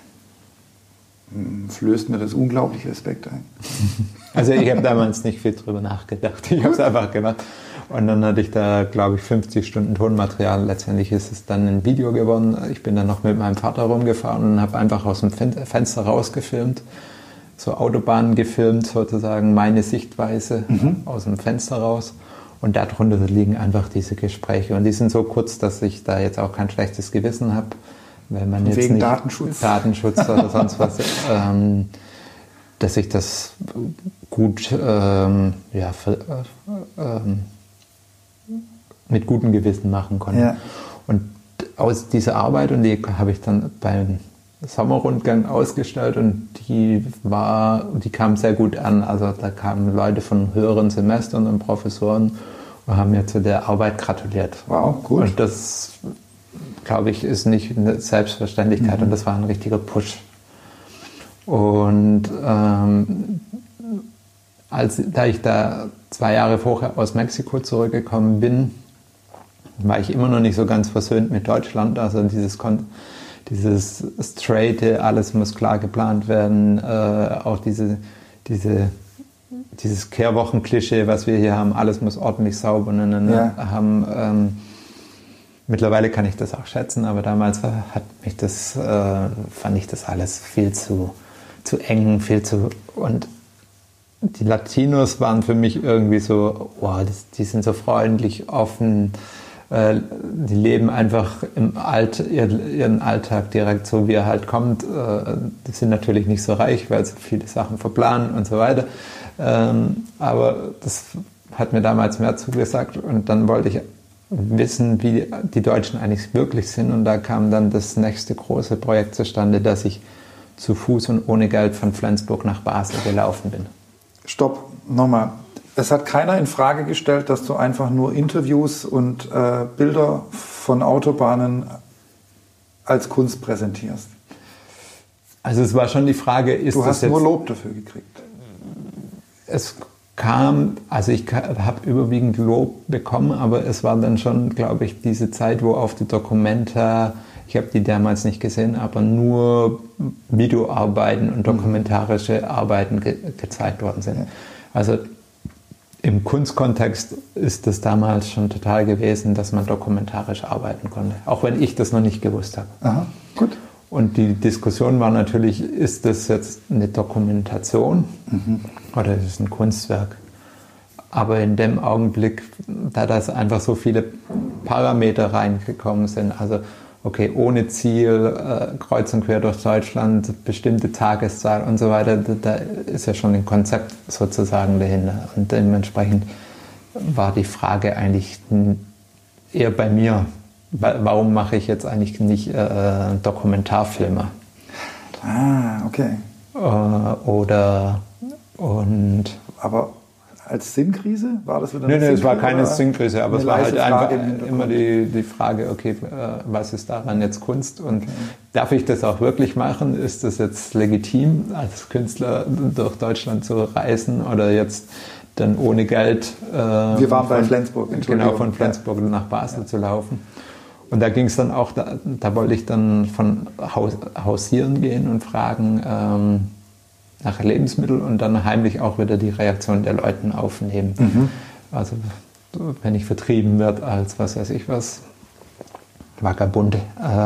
flößt mir das unglaublich Respekt ein. Also ich habe damals nicht viel drüber nachgedacht. Ich habe es einfach gemacht. Und dann hatte ich da, glaube ich, 50 Stunden Tonmaterial. Letztendlich ist es dann ein Video geworden. Ich bin dann noch mit meinem Vater rumgefahren und habe einfach aus dem Fenster rausgefilmt. So Autobahnen gefilmt, sozusagen meine Sichtweise aus dem Fenster raus. Und darunter liegen einfach diese Gespräche. Und die sind so kurz, dass ich da jetzt auch kein schlechtes Gewissen habe. Wenn man jetzt wegen nicht Datenschutz oder sonst was, dass ich das gut mit gutem Gewissen machen konnte. Ja. Und aus dieser Arbeit, und die habe ich dann beim Sommerrundgang ausgestellt, und die kam sehr gut an. Also da kamen Leute von höheren Semestern und Professoren und haben mir zu der Arbeit gratuliert. Wow, gut. Und das, glaube ich, ist nicht eine Selbstverständlichkeit, und das war ein richtiger Push. Und da ich da 2 Jahre vorher aus Mexiko zurückgekommen bin, war ich immer noch nicht so ganz versöhnt mit Deutschland. Also dieses straighte, alles muss klar geplant werden, auch dieses Kehrwochen-Klischee, was wir hier haben, alles muss ordentlich sauber haben. Mittlerweile kann ich das auch schätzen, aber damals fand ich das alles viel zu eng, und die Latinos waren für mich irgendwie so, wow, die sind so freundlich, offen, die leben einfach ihren Alltag direkt so, wie er halt kommt. Die sind natürlich nicht so reich, weil sie viele Sachen verplanen und so weiter. Aber das hat mir damals mehr zugesagt, und dann wollte ich wissen, wie die Deutschen eigentlich wirklich sind, und da kam dann das nächste große Projekt zustande, dass ich zu Fuß und ohne Geld von Flensburg nach Basel gelaufen bin. Stopp, nochmal. Es hat keiner in Frage gestellt, dass du einfach nur Interviews und Bilder von Autobahnen als Kunst präsentierst. Also es war schon die Frage, du hast nur Lob dafür gekriegt. Es kam, also ich habe überwiegend Lob bekommen, aber es war dann schon, glaube ich, diese Zeit, wo auf die Documenta, ich habe die damals nicht gesehen, aber nur Videoarbeiten und dokumentarische Arbeiten gezeigt worden sind. Ja. Also im Kunstkontext ist das damals schon total gewesen, dass man dokumentarisch arbeiten konnte, auch wenn ich das noch nicht gewusst habe. Aha, gut. Und die Diskussion war natürlich, ist das jetzt eine Dokumentation oder ist es ein Kunstwerk? Aber in dem Augenblick, da das einfach so viele Parameter reingekommen sind, also okay, ohne Ziel, kreuz und quer durch Deutschland, bestimmte Tageszahl und so weiter, da ist ja schon ein Konzept sozusagen dahinter. Und dementsprechend war die Frage eigentlich eher bei mir, warum mache ich jetzt eigentlich nicht Dokumentarfilme? Ah, okay. Aber als Sinnkrise? War das wieder eine Nein, es war keine Sinnkrise, aber es war halt einfach immer die Frage, okay, was ist daran jetzt Kunst, und darf ich das auch wirklich machen? Ist das jetzt legitim, als Künstler durch Deutschland zu reisen oder jetzt dann ohne Geld wir waren bei Flensburg, von Flensburg nach Basel zu laufen? Und da ging es dann auch, da wollte ich dann von hausieren gehen und fragen, nach Lebensmitteln und dann heimlich auch wieder die Reaktion der Leute aufnehmen. Also wenn ich vertrieben werde als was weiß ich was, Vagabunde.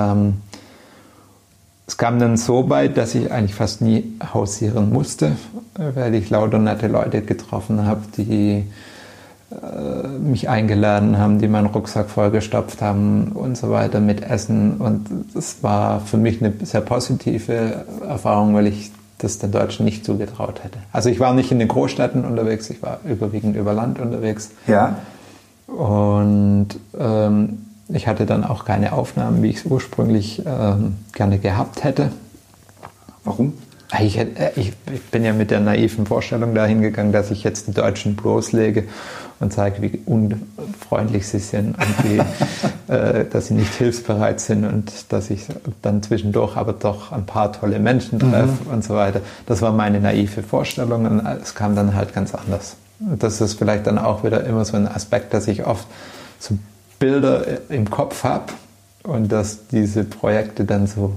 Es kam dann so weit, dass ich eigentlich fast nie hausieren musste, weil ich lauter nette Leute getroffen habe, die mich eingeladen haben, die meinen Rucksack vollgestopft haben und so weiter mit Essen. Und das war für mich eine sehr positive Erfahrung, weil ich das den Deutschen nicht zugetraut hätte. Also ich war nicht in den Großstädten unterwegs, ich war überwiegend über Land unterwegs. Ja. Und ich hatte dann auch keine Aufnahmen, wie ich es ursprünglich gerne gehabt hätte. Warum? Ich bin ja mit der naiven Vorstellung dahin gegangen, dass ich jetzt die Deutschen bloßlege und zeige, wie unfreundlich sie sind und dass sie nicht hilfsbereit sind und dass ich dann zwischendurch aber doch ein paar tolle Menschen treffe und so weiter. Das war meine naive Vorstellung, und es kam dann halt ganz anders. Und das ist vielleicht dann auch wieder immer so ein Aspekt, dass ich oft so Bilder im Kopf habe und dass diese Projekte dann so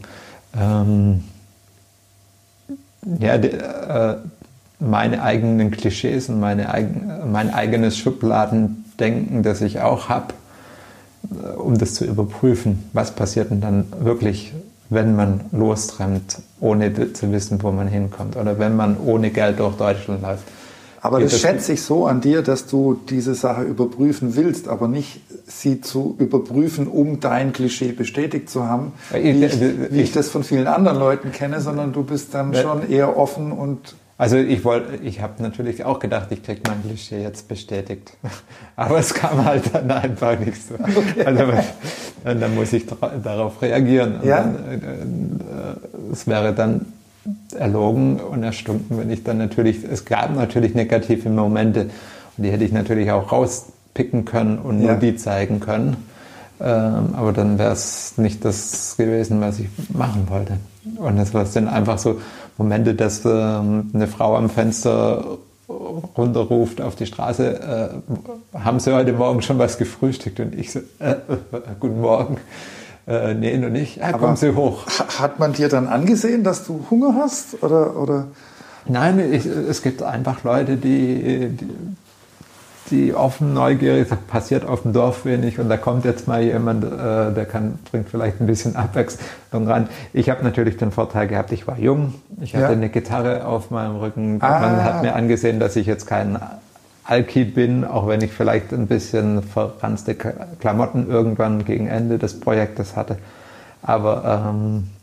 meine eigenen Klischees und mein eigenes Schubladendenken, das ich auch habe, um das zu überprüfen, was passiert denn dann wirklich, wenn man lostrennt, ohne zu wissen, wo man hinkommt, oder wenn man ohne Geld durch Deutschland läuft. Aber das schätze ich so an dir, dass du diese Sache überprüfen willst, aber nicht sie zu überprüfen, um dein Klischee bestätigt zu haben, wie ich das von vielen anderen Leuten kenne, sondern du bist dann schon eher offen und Also ich habe natürlich auch gedacht, ich kriege mein Klischee jetzt bestätigt. Aber es kam halt dann einfach nicht so. Okay. Also dann muss ich darauf reagieren. Ja. Es wäre dann erlogen und erstunken, wenn ich dann es gab natürlich negative Momente und die hätte ich natürlich auch rauspicken können und nur die zeigen können. Aber dann wäre es nicht das gewesen, was ich machen wollte. Und es war dann einfach so Momente, dass eine Frau am Fenster runterruft auf die Straße, haben Sie heute Morgen schon was gefrühstückt? Und ich so, guten Morgen. Nee, noch nicht. Kommen Sie hoch. Hat man dir dann angesehen, dass du Hunger hast? Oder? Nein, es gibt einfach Leute, die offen, neugierig, das passiert auf dem Dorf wenig und da kommt jetzt mal jemand, der bringt vielleicht ein bisschen Abwechslung ran. Ich habe natürlich den Vorteil gehabt, ich war jung, ich hatte eine Gitarre auf meinem Rücken. Man hat mir angesehen, dass ich jetzt kein Alki bin, auch wenn ich vielleicht ein bisschen verranzte Klamotten irgendwann gegen Ende des Projektes hatte. Aber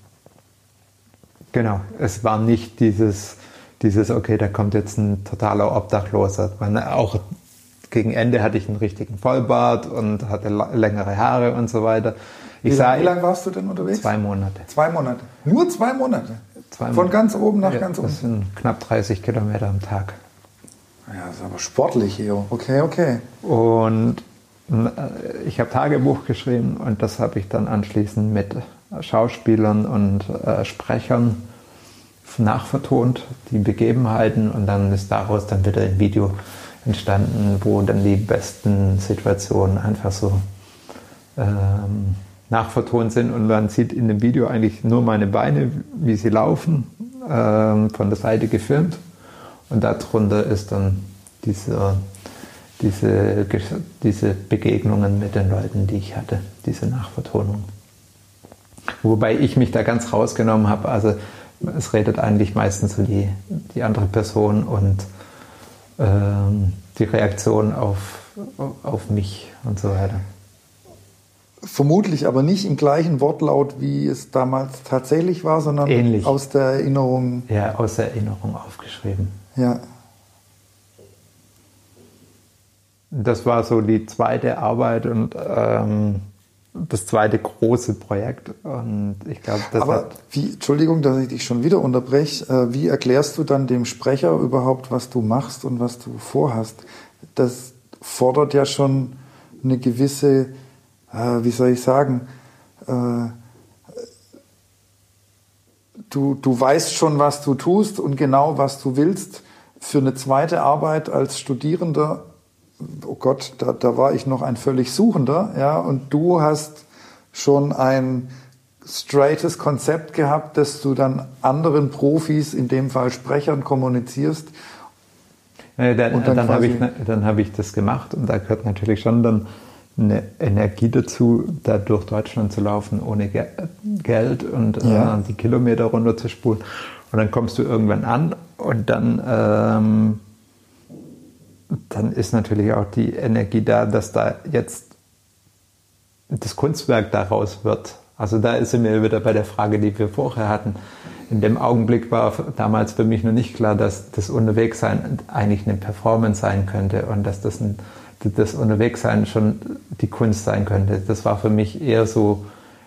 genau, es war nicht dieses, okay, da kommt jetzt ein totaler Obdachloser. Auch gegen Ende hatte ich einen richtigen Vollbart und hatte längere Haare und so weiter. Wie lange warst du denn unterwegs? 2 Monate. 2 Monate? Nur 2 Monate? 2 Monate. Von ganz oben nach ganz unten? Das sind knapp 30 Kilometer am Tag. Ja, das ist aber sportlich, Eo. Okay. Und ich habe Tagebuch geschrieben und das habe ich dann anschließend mit Schauspielern und Sprechern nachvertont, die Begebenheiten, und dann ist daraus dann wieder ein Video entstanden, wo dann die besten Situationen einfach so nachvertont sind, und man sieht in dem Video eigentlich nur meine Beine, wie sie laufen, von der Seite gefilmt, und darunter ist dann diese Begegnungen mit den Leuten, die ich hatte, diese Nachvertonung. Wobei ich mich da ganz rausgenommen habe, also es redet eigentlich meistens so die andere Person und die Reaktion auf mich und so weiter. Vermutlich aber nicht im gleichen Wortlaut, wie es damals tatsächlich war, sondern ähnlich. Aus der Erinnerung. Ja, aus der Erinnerung aufgeschrieben. Ja. Das war so die zweite Arbeit und das zweite große Projekt. Und ich glaube, Entschuldigung, dass ich dich schon wieder unterbreche. Wie erklärst du dann dem Sprecher überhaupt, was du machst und was du vorhast? Das fordert ja schon eine gewisse, wie soll ich sagen, du weißt schon, was du tust und genau, was du willst. Für eine zweite Arbeit als Studierender, oh Gott, da war ich noch ein völlig Suchender, ja, und du hast schon ein straightes Konzept gehabt, das du dann anderen Profis, in dem Fall Sprechern, kommunizierst. Dann habe ich das gemacht, und da gehört natürlich schon dann eine Energie dazu, da durch Deutschland zu laufen ohne Geld und die Kilometer runterzuspulen. Und dann kommst du irgendwann an und dann ist natürlich auch die Energie da, dass da jetzt das Kunstwerk daraus wird. Also da sind wir wieder bei der Frage, die wir vorher hatten. In dem Augenblick war damals für mich noch nicht klar, dass das Unterwegssein eigentlich eine Performance sein könnte und dass das Unterwegssein schon die Kunst sein könnte. Das war für mich eher so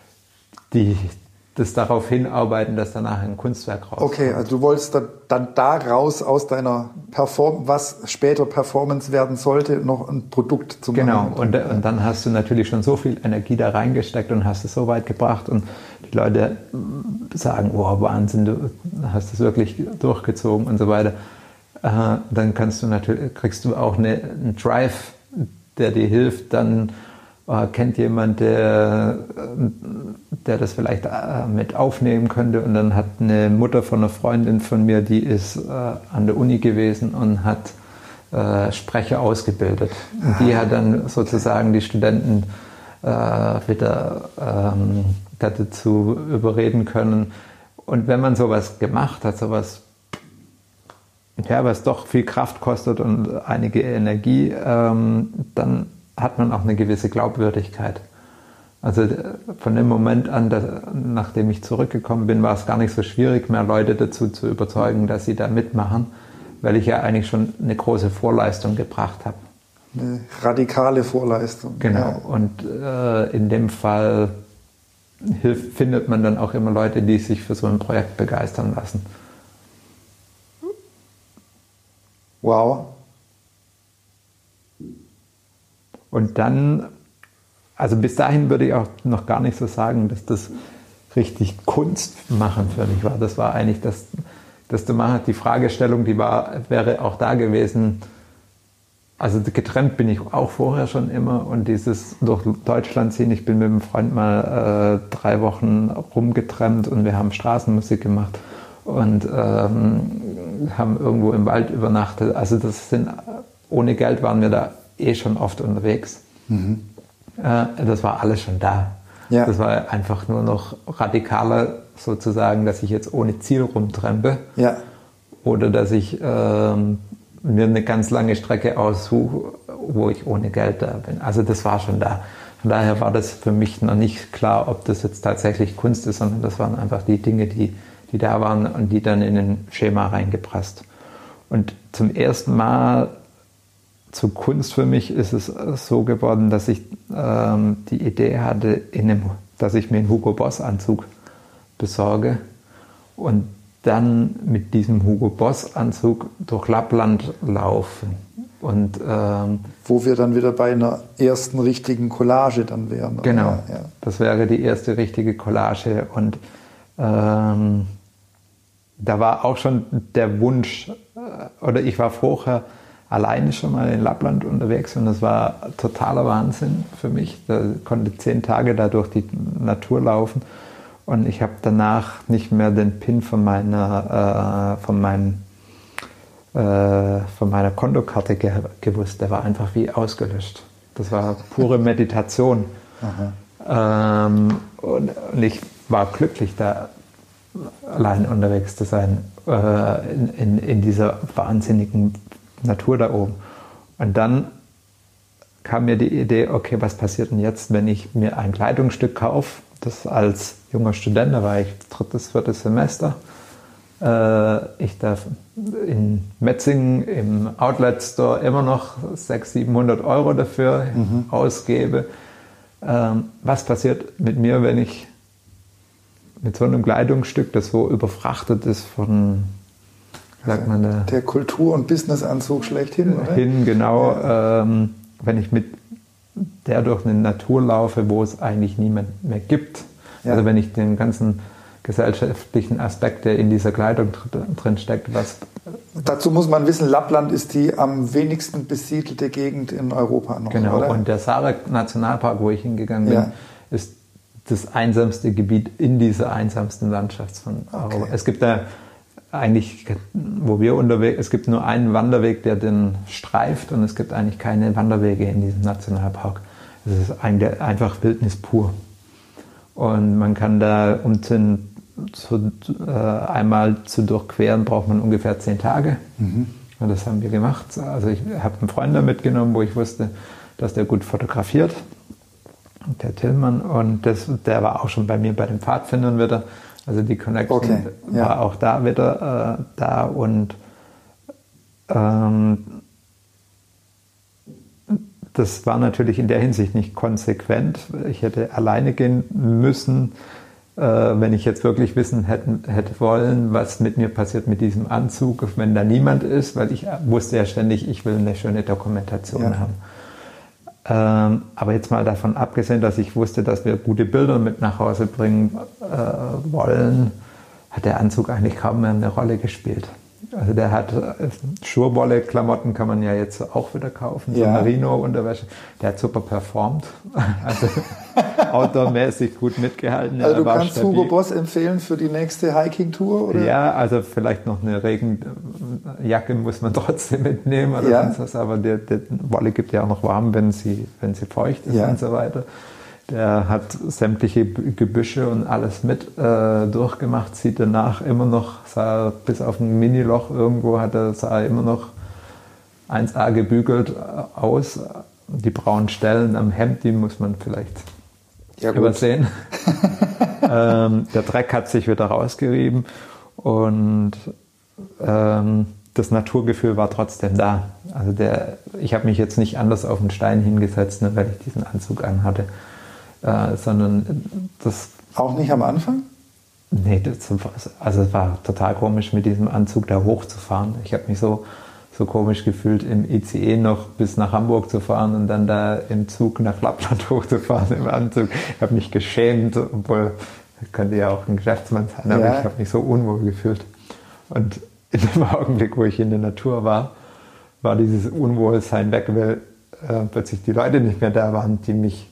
das darauf hinarbeiten, dass danach ein Kunstwerk rauskommt. Okay, also du wolltest dann da raus aus deiner was später Performance werden sollte, noch ein Produkt zu machen. Genau, und dann hast du natürlich schon so viel Energie da reingesteckt und hast es so weit gebracht, und die Leute sagen, oh Wahnsinn, du hast es wirklich durchgezogen und so weiter. Dann kriegst du auch einen Drive, der dir hilft, dann kennt jemand, der das vielleicht mit aufnehmen könnte, und dann hat eine Mutter von einer Freundin von mir, die ist an der Uni gewesen und hat Sprecher ausgebildet. Und die hat dann sozusagen die Studenten wieder dazu überreden können. Und wenn man sowas gemacht hat, was doch viel Kraft kostet und einige Energie, dann hat man auch eine gewisse Glaubwürdigkeit. Also von dem Moment an, nachdem ich zurückgekommen bin, war es gar nicht so schwierig, mehr Leute dazu zu überzeugen, dass sie da mitmachen, weil ich ja eigentlich schon eine große Vorleistung gebracht habe. Eine radikale Vorleistung. Genau. Ja. Und in dem Fall findet man dann auch immer Leute, die sich für so ein Projekt begeistern lassen. Wow. Und dann, also bis dahin würde ich auch noch gar nicht so sagen, dass das richtig Kunst machen für mich war. Das war eigentlich das zu machen. Die Fragestellung, wäre auch da gewesen. Also getrennt bin ich auch vorher schon immer und dieses durch Deutschland ziehen. Ich bin mit einem Freund mal 3 Wochen rumgetrennt und wir haben Straßenmusik gemacht und haben irgendwo im Wald übernachtet. Also ohne Geld waren wir da schon oft unterwegs. Mhm. Das war alles schon da. Ja. Das war einfach nur noch radikaler sozusagen, dass ich jetzt ohne Ziel rumtrempe. Ja. Oder dass ich mir eine ganz lange Strecke aussuche, wo ich ohne Geld da bin. Also das war schon da. Von daher war das für mich noch nicht klar, ob das jetzt tatsächlich Kunst ist, sondern das waren einfach die Dinge, die da waren und die dann in ein Schema reingepasst. Und zum ersten Mal zu Kunst für mich ist es so geworden, dass ich die Idee hatte, dass ich mir einen Hugo Boss Anzug besorge und dann mit diesem Hugo Boss Anzug durch Lappland laufen. Und, wo wir dann wieder bei einer ersten richtigen Collage dann wären. Genau, ja. Das wäre die erste richtige Collage. Und da war auch schon der Wunsch, oder ich war vorher alleine schon mal in Lappland unterwegs und das war totaler Wahnsinn für mich. Da konnte 10 Tage da durch die Natur laufen. Und ich habe danach nicht mehr den PIN von meiner Kontokarte gewusst. Der war einfach wie ausgelöscht. Das war pure Meditation. Und ich war glücklich, da allein unterwegs zu sein, in dieser wahnsinnigen Natur da oben. Und dann kam mir die Idee, okay, was passiert denn jetzt, wenn ich mir ein Kleidungsstück kaufe, das als junger Student, da war ich 3., 4. Semester, ich darf in Metzingen im Outlet Store immer noch 600, 700 Euro dafür ausgebe. Was passiert mit mir, wenn ich mit so einem Kleidungsstück, das so überfrachtet ist von, sagt man, der Kultur- und Businessanzug schlechthin, oder? Genau. Ja. Wenn ich mit der durch eine Natur laufe, wo es eigentlich niemand mehr gibt. Ja. Also wenn ich den ganzen gesellschaftlichen Aspekt, der in dieser Kleidung drin steckt, was... Dazu muss man wissen, Lappland ist die am wenigsten besiedelte Gegend in Europa noch, genau, oder? Und der Sarek-Nationalpark, wo ich hingegangen bin, ist das einsamste Gebiet in dieser einsamsten Landschaft von Europa. Okay. Es gibt da eigentlich, wo wir unterwegs, es gibt nur einen Wanderweg, der den streift und es gibt eigentlich keine Wanderwege in diesem Nationalpark. Es ist einfach Wildnis pur. Und man kann da, einmal zu durchqueren, braucht man ungefähr 10 Tage. Und das haben wir gemacht. Also ich habe einen Freund da mitgenommen, wo ich wusste, dass der gut fotografiert. Der Tillmann. Und der war auch schon bei mir bei den Pfadfindern wieder. Also die Connection war auch da wieder da. Und das war natürlich in der Hinsicht nicht konsequent. Ich hätte alleine gehen müssen, wenn ich jetzt wirklich wissen hätte wollen, was mit mir passiert mit diesem Anzug, wenn da niemand ist, weil ich wusste ja ständig, ich will eine schöne Dokumentation haben. Aber jetzt mal davon abgesehen, dass ich wusste, dass wir gute Bilder mit nach Hause bringen wollen, hat der Anzug eigentlich kaum mehr eine Rolle gespielt. Also der hat Schurwolle-Klamotten, kann man ja jetzt auch wieder kaufen, so Merino-Unterwäsche. Der hat super performt, also outdoormäßig gut mitgehalten. Also du kannst stabil. Hugo Boss empfehlen für die nächste Hiking-Tour? Oder? Ja, also vielleicht noch eine Regenjacke muss man trotzdem mitnehmen oder sonst was, aber der Wolle gibt ja auch noch warm, wenn sie feucht ist und so weiter. Der hat sämtliche Gebüsche und alles mit durchgemacht, sieht danach immer noch, sah bis auf ein Mini-Loch irgendwo, sah immer noch 1A gebügelt aus. Die braunen Stellen am Hemd, die muss man vielleicht übersehen. Der Dreck hat sich wieder rausgerieben und das Naturgefühl war trotzdem da. Also ich habe mich jetzt nicht anders auf den Stein hingesetzt, nur weil ich diesen Anzug anhatte, sondern das... Auch nicht am Anfang? Nee, es war total komisch, mit diesem Anzug da hochzufahren. Ich habe mich so komisch gefühlt, im ICE noch bis nach Hamburg zu fahren und dann da im Zug nach Lappland hochzufahren im Anzug. Ich habe mich geschämt, obwohl, könnte ja auch ein Geschäftsmann sein, aber ich habe mich so unwohl gefühlt. Und in dem Augenblick, wo ich in der Natur war dieses Unwohlsein weg, weil plötzlich die Leute nicht mehr da waren, die mich...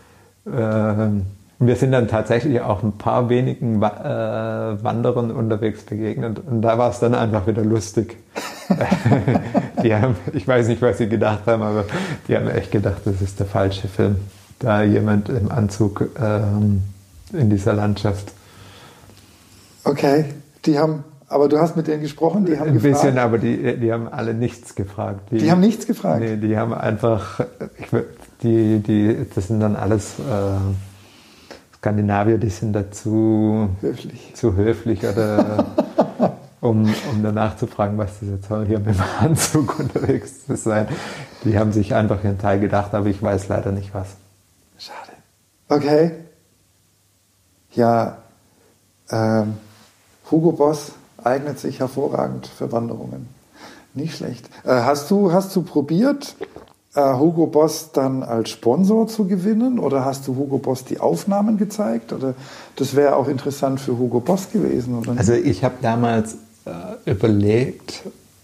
wir sind dann tatsächlich auch ein paar wenigen Wanderern unterwegs begegnet und da war es dann einfach wieder lustig. Ich weiß nicht, was sie gedacht haben, aber die haben echt gedacht, das ist der falsche Film. Da jemand im Anzug in dieser Landschaft. Okay, aber du hast mit denen gesprochen, die haben ein gefragt? Bisschen, aber die haben alle nichts gefragt. Die haben nichts gefragt? Nee, die haben einfach, das sind dann alles Skandinavier, die sind dazu zu höflich oder um danach zu fragen, was das jetzt soll, hier mit dem Anzug unterwegs zu sein. Die haben sich einfach ihren Teil gedacht, aber ich weiß leider nicht was. Schade. Okay. Ja, Hugo Boss eignet sich hervorragend für Wanderungen. Nicht schlecht. Hast du probiert, Hugo Boss dann als Sponsor zu gewinnen oder hast du Hugo Boss die Aufnahmen gezeigt? Oder das wäre auch interessant für Hugo Boss gewesen, oder nicht? Also ich habe damals überlegt,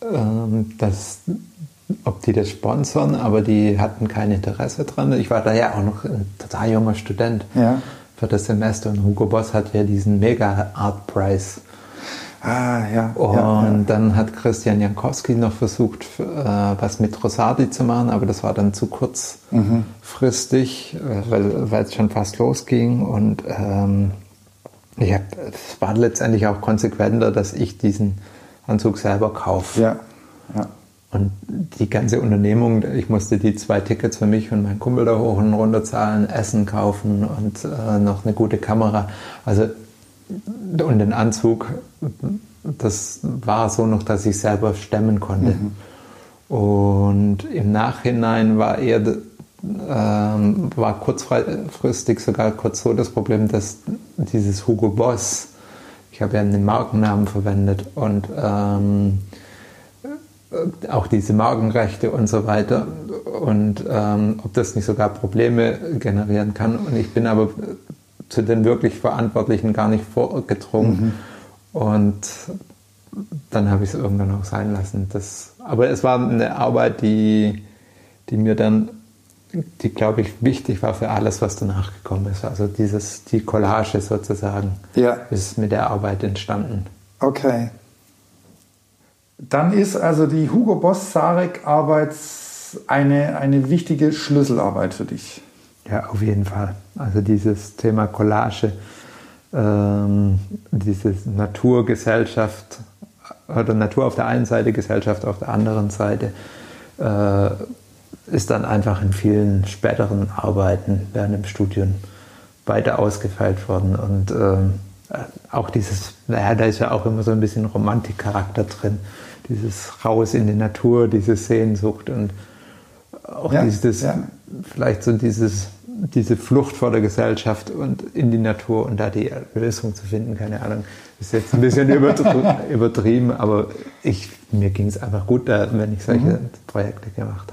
ob die das sponsern, aber die hatten kein Interesse dran. Ich war da ja auch noch ein total junger Student für das Semester und Hugo Boss hat ja diesen Mega Art Prize. Und dann hat Christian Jankowski noch versucht, was mit Rosati zu machen, aber das war dann zu kurzfristig, weil es schon fast losging. Und es war letztendlich auch konsequenter, dass ich diesen Anzug selber kaufe. Ja. Und die ganze Unternehmung, ich musste die 2 Tickets für mich und meinen Kumpel da hoch und runter zahlen, Essen kaufen und noch eine gute Kamera. Also und den Anzug, das war so noch, dass ich selber stemmen konnte. Und im Nachhinein war kurzfristig sogar kurz so das Problem, dass dieses Hugo Boss, ich habe ja einen Markennamen verwendet und auch diese Markenrechte und so weiter und ob das nicht sogar Probleme generieren kann. Und ich bin aber zu den wirklich Verantwortlichen gar nicht vorgedrungen. Und dann habe ich es irgendwann auch sein lassen. Aber es war eine Arbeit, die glaube ich, wichtig war für alles, was danach gekommen ist. Also die Collage sozusagen ist mit der Arbeit entstanden. Okay. Dann ist also die Hugo Boss Sarek-Arbeit eine wichtige Schlüsselarbeit für dich. Ja, auf jeden Fall. Also dieses Thema Collage, diese Naturgesellschaft oder Natur auf der einen Seite, Gesellschaft auf der anderen Seite, ist dann einfach in vielen späteren Arbeiten während dem Studium weiter ausgefeilt worden. Und auch da ist ja auch immer so ein bisschen Romantikcharakter drin, dieses Raus in die Natur, diese Sehnsucht und auch vielleicht so diese Flucht vor der Gesellschaft und in die Natur und da die Lösung zu finden, keine Ahnung, ist jetzt ein bisschen übertrieben, aber mir ging es einfach gut, wenn ich solche Projekte gemacht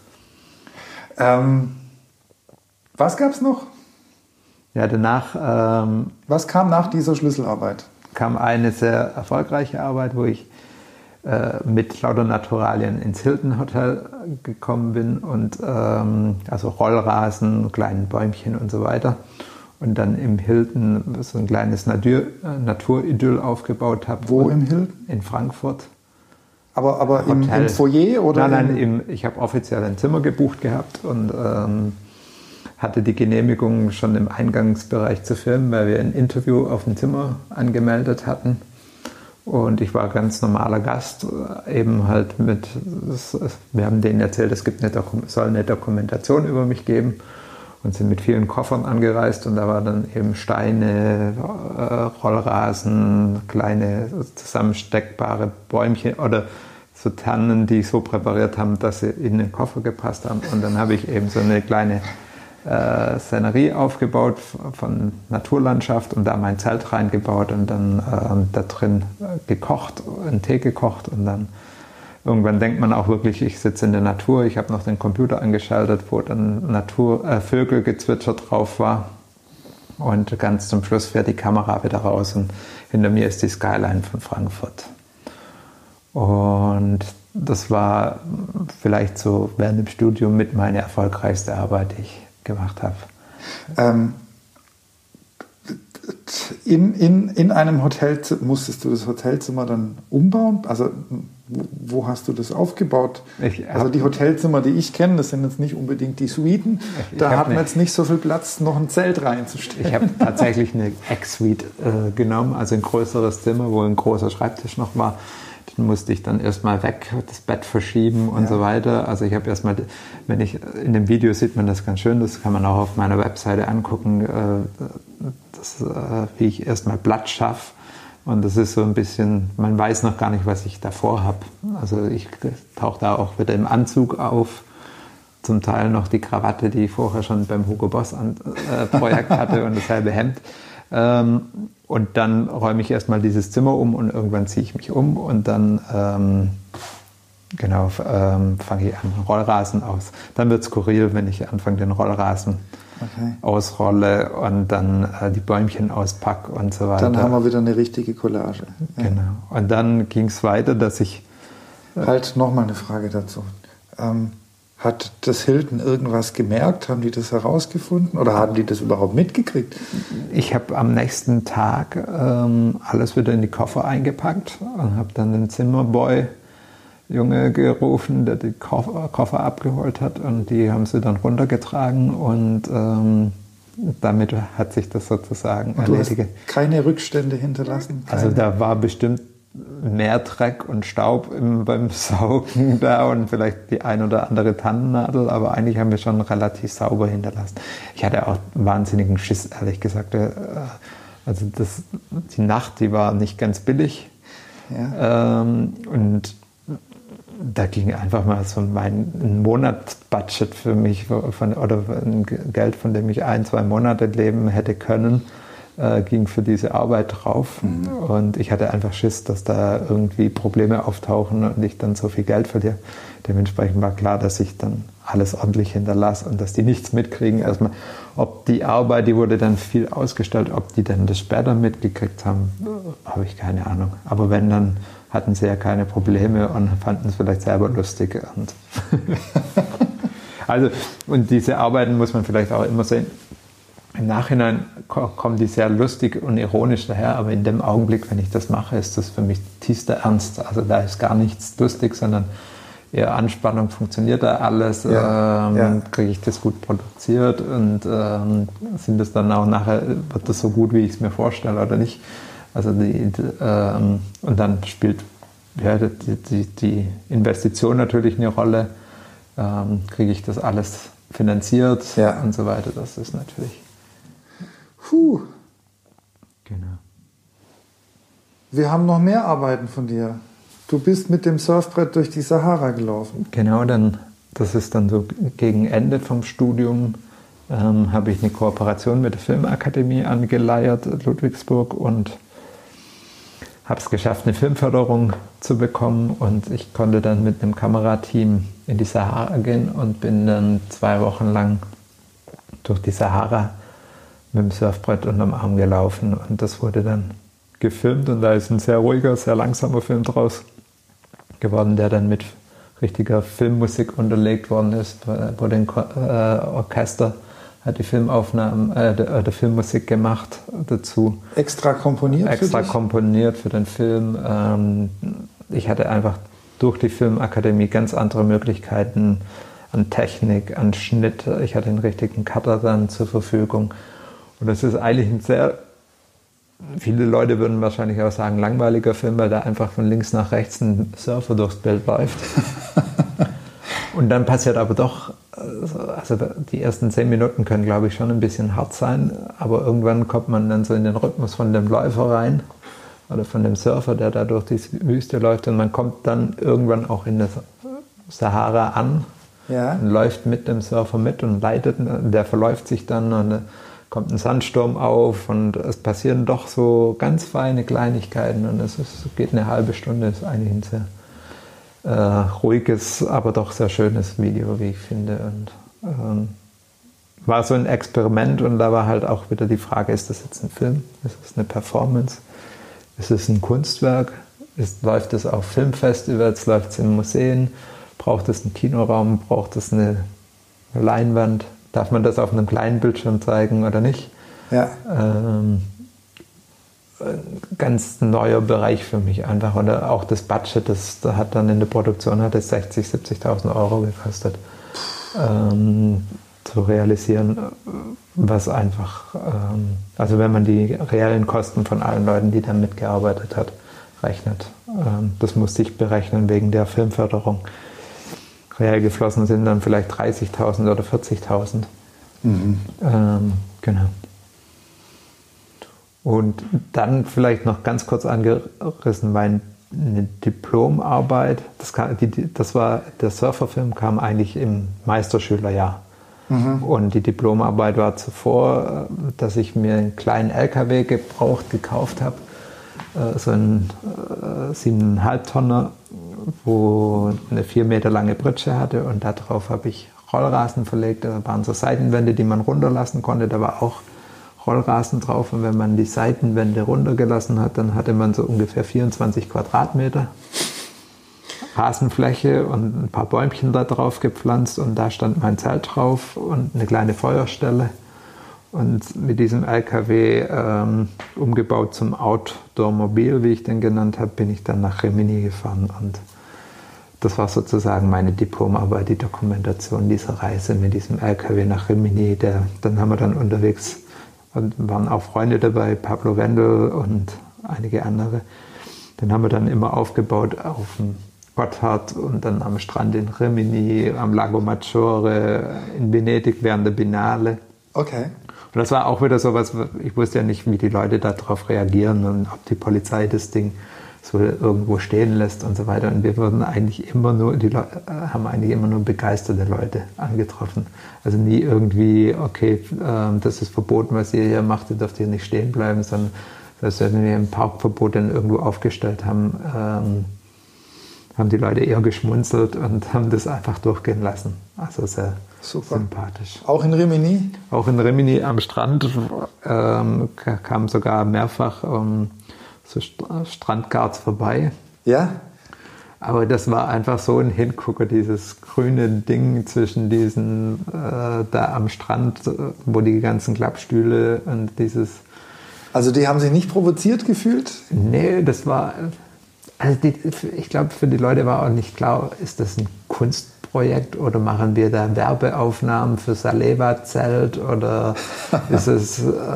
habe. Was gab es noch? Ja, danach... was kam nach dieser Schlüsselarbeit? Kam eine sehr erfolgreiche Arbeit, wo ich mit lauter Naturalien ins Hilton Hotel gekommen bin und also Rollrasen, kleinen Bäumchen und so weiter und dann im Hilton so ein kleines Naturidyll aufgebaut habe. Wo im Hilton? In Frankfurt. Aber im Foyer oder? Nein, ich habe offiziell ein Zimmer gebucht gehabt und hatte die Genehmigung schon im Eingangsbereich zu filmen, weil wir ein Interview auf dem Zimmer angemeldet hatten. Und ich war ganz normaler Gast, eben halt wir haben denen erzählt, es soll eine Dokumentation über mich geben. und sind mit vielen Koffern angereist und da war dann eben Steine, Rollrasen, kleine zusammensteckbare Bäumchen oder so Tannen, die so präpariert haben, dass sie in den Koffer gepasst haben. Und dann habe ich eben so eine kleine Szenerie aufgebaut von Naturlandschaft und da mein Zelt reingebaut und dann da drin gekocht, einen Tee gekocht und dann irgendwann denkt man auch wirklich, ich sitze in der Natur. Ich habe noch den Computer angeschaltet, wo dann Vögelgezwitscher drauf war. Und ganz zum Schluss fährt die Kamera wieder raus und hinter mir ist die Skyline von Frankfurt. Und das war vielleicht so während dem Studium mit meine erfolgreichste Arbeit, die ich gemacht habe. In einem Hotelzimmer musstest du das Hotelzimmer dann umbauen? Also wo hast du das aufgebaut? Also die Hotelzimmer, die ich kenne, das sind jetzt nicht unbedingt die Suiten. Da hat man jetzt nicht so viel Platz, noch ein Zelt reinzustellen. Ich habe tatsächlich eine Ex-Suite genommen, also ein größeres Zimmer, wo ein großer Schreibtisch noch war. Den musste ich dann erstmal weg, das Bett verschieben und so weiter. Also ich habe erstmal, in dem Video sieht man das ganz schön, das kann man auch auf meiner Webseite angucken, wie ich erstmal Platz schaffe. Und das ist so ein bisschen, man weiß noch gar nicht, was ich davor habe. Also ich tauche da auch wieder im Anzug auf, zum Teil noch die Krawatte, die ich vorher schon beim Hugo Boss Projekt hatte und dasselbe Hemd. Und dann räume ich erstmal dieses Zimmer um und irgendwann ziehe ich mich um und dann fange ich an, Rollrasen aus. Dann wird es skurril, wenn ich anfange, den Rollrasen ausrolle und dann die Bäumchen auspacke und so weiter. Dann haben wir wieder eine richtige Collage. Ja. Genau. Und dann ging es weiter, dass ich... Halt, nochmal eine Frage dazu. Hat das Hilton irgendwas gemerkt? Haben die das herausgefunden? Oder haben die das überhaupt mitgekriegt? Ich habe am nächsten Tag alles wieder in die Koffer eingepackt und habe dann den Zimmerboy Junge gerufen, der die Koffer abgeholt hat und die haben sie dann runtergetragen und damit hat sich das sozusagen erledigt. Du hast keine Rückstände hinterlassen? Also da war bestimmt mehr Dreck und Staub beim Saugen da und vielleicht die ein oder andere Tannennadel, aber eigentlich haben wir schon relativ sauber hinterlassen. Ich hatte auch wahnsinnigen Schiss, ehrlich gesagt. Also die Nacht, die war nicht ganz billig. Ja. Und da ging einfach mal so mein Monatsbudget für mich oder ein Geld, von dem ich 1-2 Monate leben hätte können, ging für diese Arbeit drauf. Mhm. Und ich hatte einfach Schiss, dass da irgendwie Probleme auftauchen und ich dann so viel Geld verliere. Dementsprechend war klar, dass ich dann alles ordentlich hinterlasse und dass die nichts mitkriegen. Erstmal, ob die Arbeit, die wurde dann viel ausgestellt, ob die dann das später mitgekriegt haben, habe ich keine Ahnung. Aber wenn, dann hatten sie ja keine Probleme und fanden es vielleicht selber lustig. Und also, und diese Arbeiten muss man vielleicht auch immer sehen. Im Nachhinein kommen die sehr lustig und ironisch daher, aber in dem Augenblick, wenn ich das mache, ist das für mich tiefster Ernst. Also da ist gar nichts lustig, sondern eher Anspannung, funktioniert da alles, kriege ich das gut produziert und sind das dann auch nachher, wird das so gut, wie ich es mir vorstelle oder nicht. Also und dann spielt die Investition natürlich eine Rolle, kriege ich das alles finanziert und so weiter, das ist natürlich... Genau. Wir haben noch mehr Arbeiten von dir. Du bist mit dem Surfbrett durch die Sahara gelaufen. Genau, das ist dann so gegen Ende vom Studium, habe ich eine Kooperation mit der Filmakademie angeleiert, Ludwigsburg, und habe es geschafft, eine Filmförderung zu bekommen. Und ich konnte dann mit einem Kamerateam in die Sahara gehen und bin dann 2 Wochen lang durch die Sahara mit dem Surfbrett unterm Arm gelaufen. Und das wurde dann gefilmt und da ist ein sehr ruhiger, sehr langsamer Film draus geworden, der dann mit richtiger Filmmusik unterlegt worden ist, wo den Orchester hat die Filmaufnahmen, der Filmmusik gemacht dazu. Extra komponiert? Extra komponiert für den Film. Ich hatte einfach durch die Filmakademie ganz andere Möglichkeiten an Technik, an Schnitt. Ich hatte den richtigen Cutter dann zur Verfügung. Und das ist eigentlich ein sehr, viele Leute würden wahrscheinlich auch sagen, langweiliger Film, weil da einfach von links nach rechts ein Surfer durchs Bild läuft. Und dann passiert aber doch also die ersten 10 Minuten können, glaube ich, schon ein bisschen hart sein, aber irgendwann kommt man dann so in den Rhythmus von dem Läufer rein oder von dem Surfer, der da durch die Wüste läuft, und man kommt dann irgendwann auch in der Sahara an und läuft mit dem Surfer mit und leitet, der verläuft sich dann und kommt ein Sandsturm auf und es passieren doch so ganz feine Kleinigkeiten und geht eine halbe Stunde, ist eigentlich ein sehr ruhiges, aber doch sehr schönes Video, wie ich finde. Und war so ein Experiment, und da war halt auch wieder die Frage, ist das jetzt ein Film? Ist es eine Performance? Ist es ein Kunstwerk? Läuft es auf Filmfestivals? Läuft es in Museen? Braucht es einen Kinoraum? Braucht es eine Leinwand? Darf man das auf einem kleinen Bildschirm zeigen oder nicht? Ja. Ganz neuer Bereich für mich einfach. Und auch das Budget, das hat dann in der Produktion 60.000, 70.000 Euro gekostet, zu realisieren, was einfach, also wenn man die reellen Kosten von allen Leuten, die da mitgearbeitet hat, rechnet. Das musste ich berechnen wegen der Filmförderung. Real geflossen sind dann vielleicht 30.000 oder 40.000. Genau. Und dann vielleicht noch ganz kurz angerissen, meine Diplomarbeit, der Surferfilm kam eigentlich im Meisterschülerjahr. Und die Diplomarbeit war zuvor, dass ich mir einen kleinen LKW gebraucht gekauft habe, so einen 7,5 Tonner, wo eine 4 Meter lange Pritsche hatte, und darauf habe ich Rollrasen verlegt. Da waren so Seitenwände, die man runterlassen konnte, da war auch Rollrasen drauf, und wenn man die Seitenwände runtergelassen hat, dann hatte man so ungefähr 24 Quadratmeter Rasenfläche und ein paar Bäumchen da drauf gepflanzt, und da stand mein Zelt drauf und eine kleine Feuerstelle. Und mit diesem LKW umgebaut zum Outdoor-Mobil, wie ich den genannt habe, bin ich dann nach Rimini gefahren, und das war sozusagen meine Diplomarbeit, die Dokumentation dieser Reise mit diesem LKW nach Rimini. Dann haben wir dann unterwegs, und waren auch Freunde dabei, Pablo Wendel und einige andere. Den haben wir dann immer aufgebaut auf dem Gotthard und dann am Strand in Rimini, am Lago Maggiore, in Venedig während der Biennale. Okay. Und das war auch wieder so was, ich wusste ja nicht, wie die Leute darauf reagieren und ob die Polizei das Ding so irgendwo stehen lässt und so weiter. Und wir wurden eigentlich immer nur, haben eigentlich immer nur begeisterte Leute angetroffen. Also nie irgendwie, okay, das ist verboten, was ihr hier macht, ihr dürft hier nicht stehen bleiben, sondern wenn wir ein Parkverbot dann irgendwo aufgestellt haben, haben die Leute eher geschmunzelt und haben das einfach durchgehen lassen. Also sehr sympathisch. Auch in Rimini? Auch in Rimini am Strand kam sogar mehrfach so Strandguards vorbei. Ja? Aber das war einfach so ein Hingucker, dieses grüne Ding zwischen diesen, da am Strand, wo die ganzen Klappstühle und dieses... Also die haben sich nicht provoziert gefühlt? Nee, das war... Also ich glaube, für die Leute war auch nicht klar, ist das ein Kunstprojekt oder machen wir da Werbeaufnahmen für Saleva-Zelt oder ist es...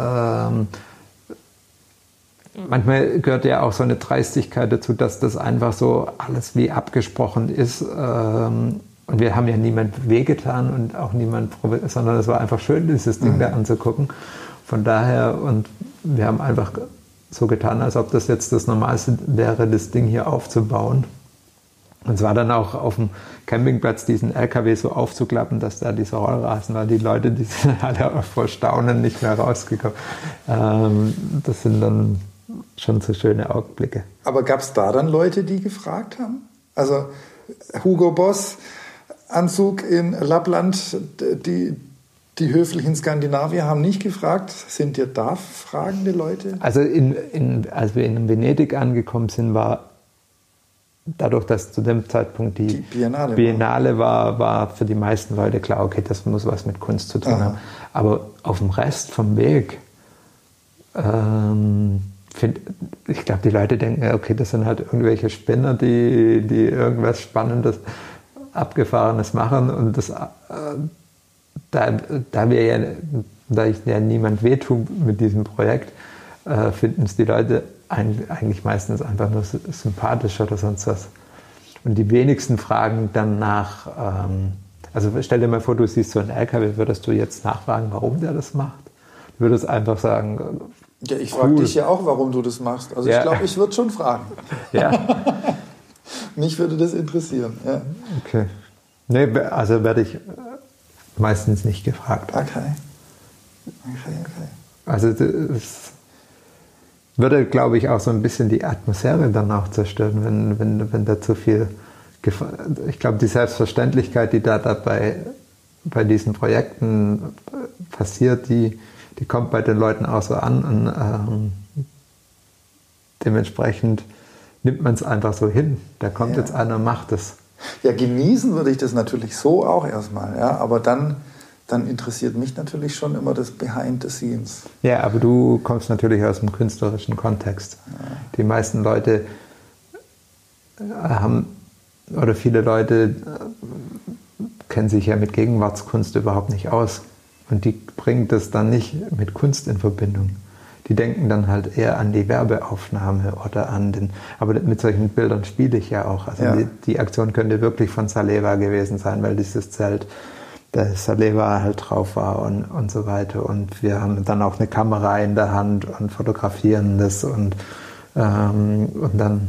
manchmal gehört ja auch so eine Dreistigkeit dazu, dass das einfach so alles wie abgesprochen ist. Und wir haben ja niemand wehgetan und auch niemand provoziert, sondern es war einfach schön, dieses Ding da anzugucken. Von daher, und wir haben einfach so getan, als ob das jetzt das Normalste wäre, das Ding hier aufzubauen. Und es war dann auch auf dem Campingplatz, diesen LKW so aufzuklappen, dass da diese Rollrasen war. Die Leute, die sind alle vor Staunen nicht mehr rausgekommen. Das sind dann schon so schöne Augenblicke. Aber gab es da dann Leute, die gefragt haben? Also Hugo Boss, Anzug in Lappland, die höflichen Skandinavier haben nicht gefragt. Sind dir da fragende Leute? Also als wir in Venedig angekommen sind, war dadurch, dass zu dem Zeitpunkt die Biennale war für die meisten Leute klar, okay, das muss was mit Kunst zu tun haben. Aber auf dem Rest vom Weg, ich glaube, die Leute denken, okay, das sind halt irgendwelche Spinner, die irgendwas Spannendes, Abgefahrenes machen. Und das, da ich ja niemand wehtue mit diesem Projekt, finden es die Leute eigentlich meistens einfach nur sympathisch oder sonst was. Und die wenigsten fragen dann nach, Also stell dir mal vor, du siehst so einen LKW, würdest du jetzt nachfragen, warum der das macht? Du würdest einfach sagen, ja, ich frage dich ja auch, warum du das machst. Also ich glaube, ich würde schon fragen. Ja. Mich würde das interessieren. Ja. Okay. Nee, also werde ich meistens nicht gefragt. Okay. Also das würde, glaube ich, auch so ein bisschen die Atmosphäre dann auch zerstören, wenn da zu viel... Ich glaube, die Selbstverständlichkeit, die da dabei bei diesen Projekten passiert, die kommt bei den Leuten auch so an und dementsprechend nimmt man es einfach so hin. Da kommt jetzt einer, macht es. Ja, genießen würde ich das natürlich so auch erstmal, ja, aber dann interessiert mich natürlich schon immer das Behind the Scenes. Ja, aber du kommst natürlich aus dem künstlerischen Kontext. Ja. Die meisten Leute viele Leute kennen sich ja mit Gegenwartskunst überhaupt nicht aus. Und die bringen das dann nicht mit Kunst in Verbindung. Die denken dann halt eher an die Werbeaufnahme oder aber mit solchen Bildern spiele ich ja auch. Also die Aktion könnte wirklich von Saleva gewesen sein, weil dieses Zelt, der Saleva halt drauf war und so weiter. Und wir haben dann auch eine Kamera in der Hand und fotografieren das und dann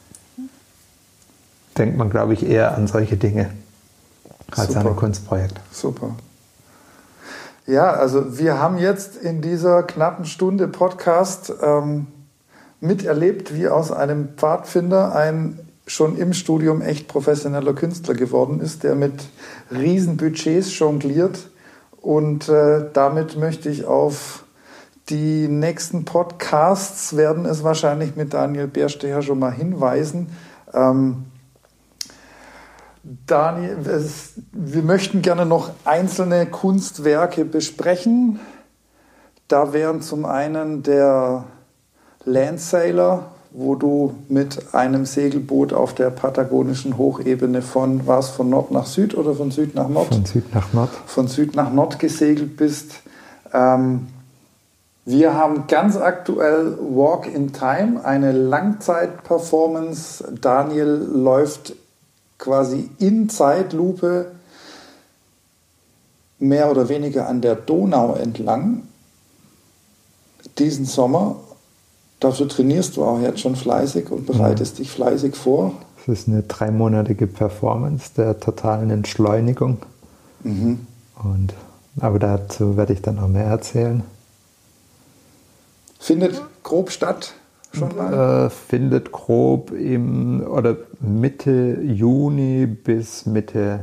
denkt man, glaube ich, eher an solche Dinge als an ein Kunstprojekt. Super. Ja, also wir haben jetzt in dieser knappen Stunde Podcast miterlebt, wie aus einem Pfadfinder ein schon im Studium echt professioneller Künstler geworden ist, der mit Riesenbudgets jongliert. Und damit möchte ich auf die nächsten Podcasts, werden es wahrscheinlich mit Daniel Bärstecher schon mal hinweisen. Daniel, wir möchten gerne noch einzelne Kunstwerke besprechen. Da wären zum einen der Landsailor, wo du mit einem Segelboot auf der patagonischen Hochebene von Nord nach Süd oder von Süd nach Nord? Von Süd nach Nord. Von Süd nach Nord gesegelt bist. Wir haben ganz aktuell Walk in Time, eine Langzeit-Performance. Daniel läuft quasi in Zeitlupe mehr oder weniger an der Donau entlang. Diesen Sommer, dafür trainierst du auch jetzt schon fleißig und bereitest dich fleißig vor. Das ist eine 3-monatige Performance der totalen Entschleunigung. Mhm. Aber dazu werde ich dann noch mehr erzählen. Findet grob statt? Schon mal? Findet grob Mitte Juli bis Mitte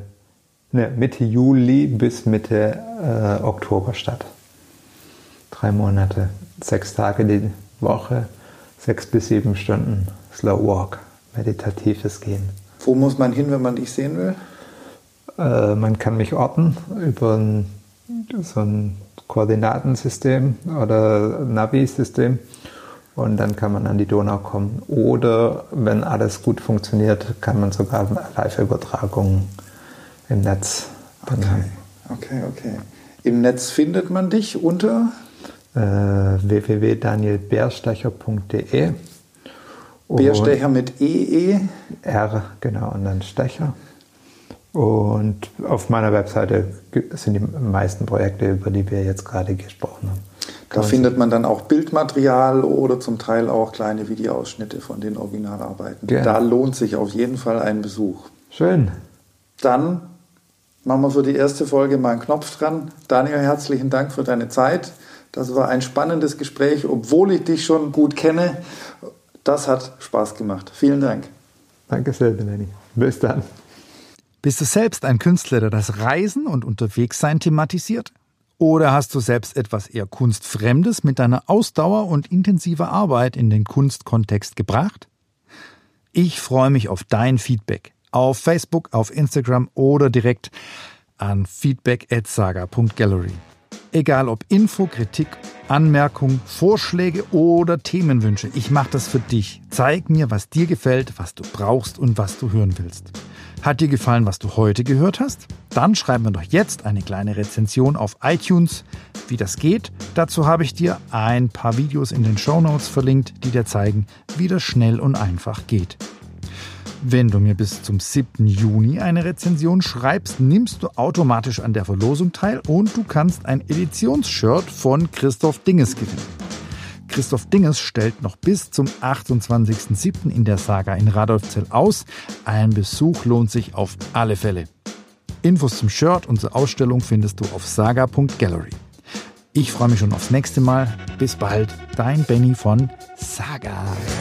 Oktober statt. 3 Monate, 6 Tage die Woche, 6 bis 7 Stunden Slow Walk, meditatives Gehen. Wo muss man hin, wenn man dich sehen will? Man kann mich orten über so ein Koordinatensystem oder Navi-System. Und dann kann man an die Donau kommen. Oder, wenn alles gut funktioniert, kann man sogar Live-Übertragungen im Netz Okay. Im Netz findet man dich unter? www.danielbärstecher.de. Bärstecher mit EE? R, genau, und dann Stecher. Und auf meiner Webseite sind die meisten Projekte, über die wir jetzt gerade gesprochen haben. Da findet man dann auch Bildmaterial oder zum Teil auch kleine Videoausschnitte von den Originalarbeiten. Genau. Da lohnt sich auf jeden Fall ein Besuch. Schön. Dann machen wir für die erste Folge mal einen Knopf dran. Daniel, herzlichen Dank für deine Zeit. Das war ein spannendes Gespräch, obwohl ich dich schon gut kenne. Das hat Spaß gemacht. Vielen Dank. Danke sehr, Lenny. Bis dann. Bist du selbst ein Künstler, der das Reisen und Unterwegssein thematisiert? Oder hast du selbst etwas eher Kunstfremdes mit deiner Ausdauer und intensiver Arbeit in den Kunstkontext gebracht? Ich freue mich auf dein Feedback. Auf Facebook, auf Instagram oder direkt an feedback@saga.gallery. Egal ob Info, Kritik, Anmerkung, Vorschläge oder Themenwünsche, ich mache das für dich. Zeig mir, was dir gefällt, was du brauchst und was du hören willst. Hat dir gefallen, was du heute gehört hast? Dann schreib mir doch jetzt eine kleine Rezension auf iTunes. Wie das geht, dazu habe ich dir ein paar Videos in den Shownotes verlinkt, die dir zeigen, wie das schnell und einfach geht. Wenn du mir bis zum 7. Juni eine Rezension schreibst, nimmst du automatisch an der Verlosung teil und du kannst ein Editionsshirt von Christoph Dinges gewinnen. Christoph Dinges stellt noch bis zum 28.07. in der Saga in Radolfzell aus. Ein Besuch lohnt sich auf alle Fälle. Infos zum Shirt und zur Ausstellung findest du auf saga.gallery. Ich freue mich schon aufs nächste Mal. Bis bald, dein Benny von Saga.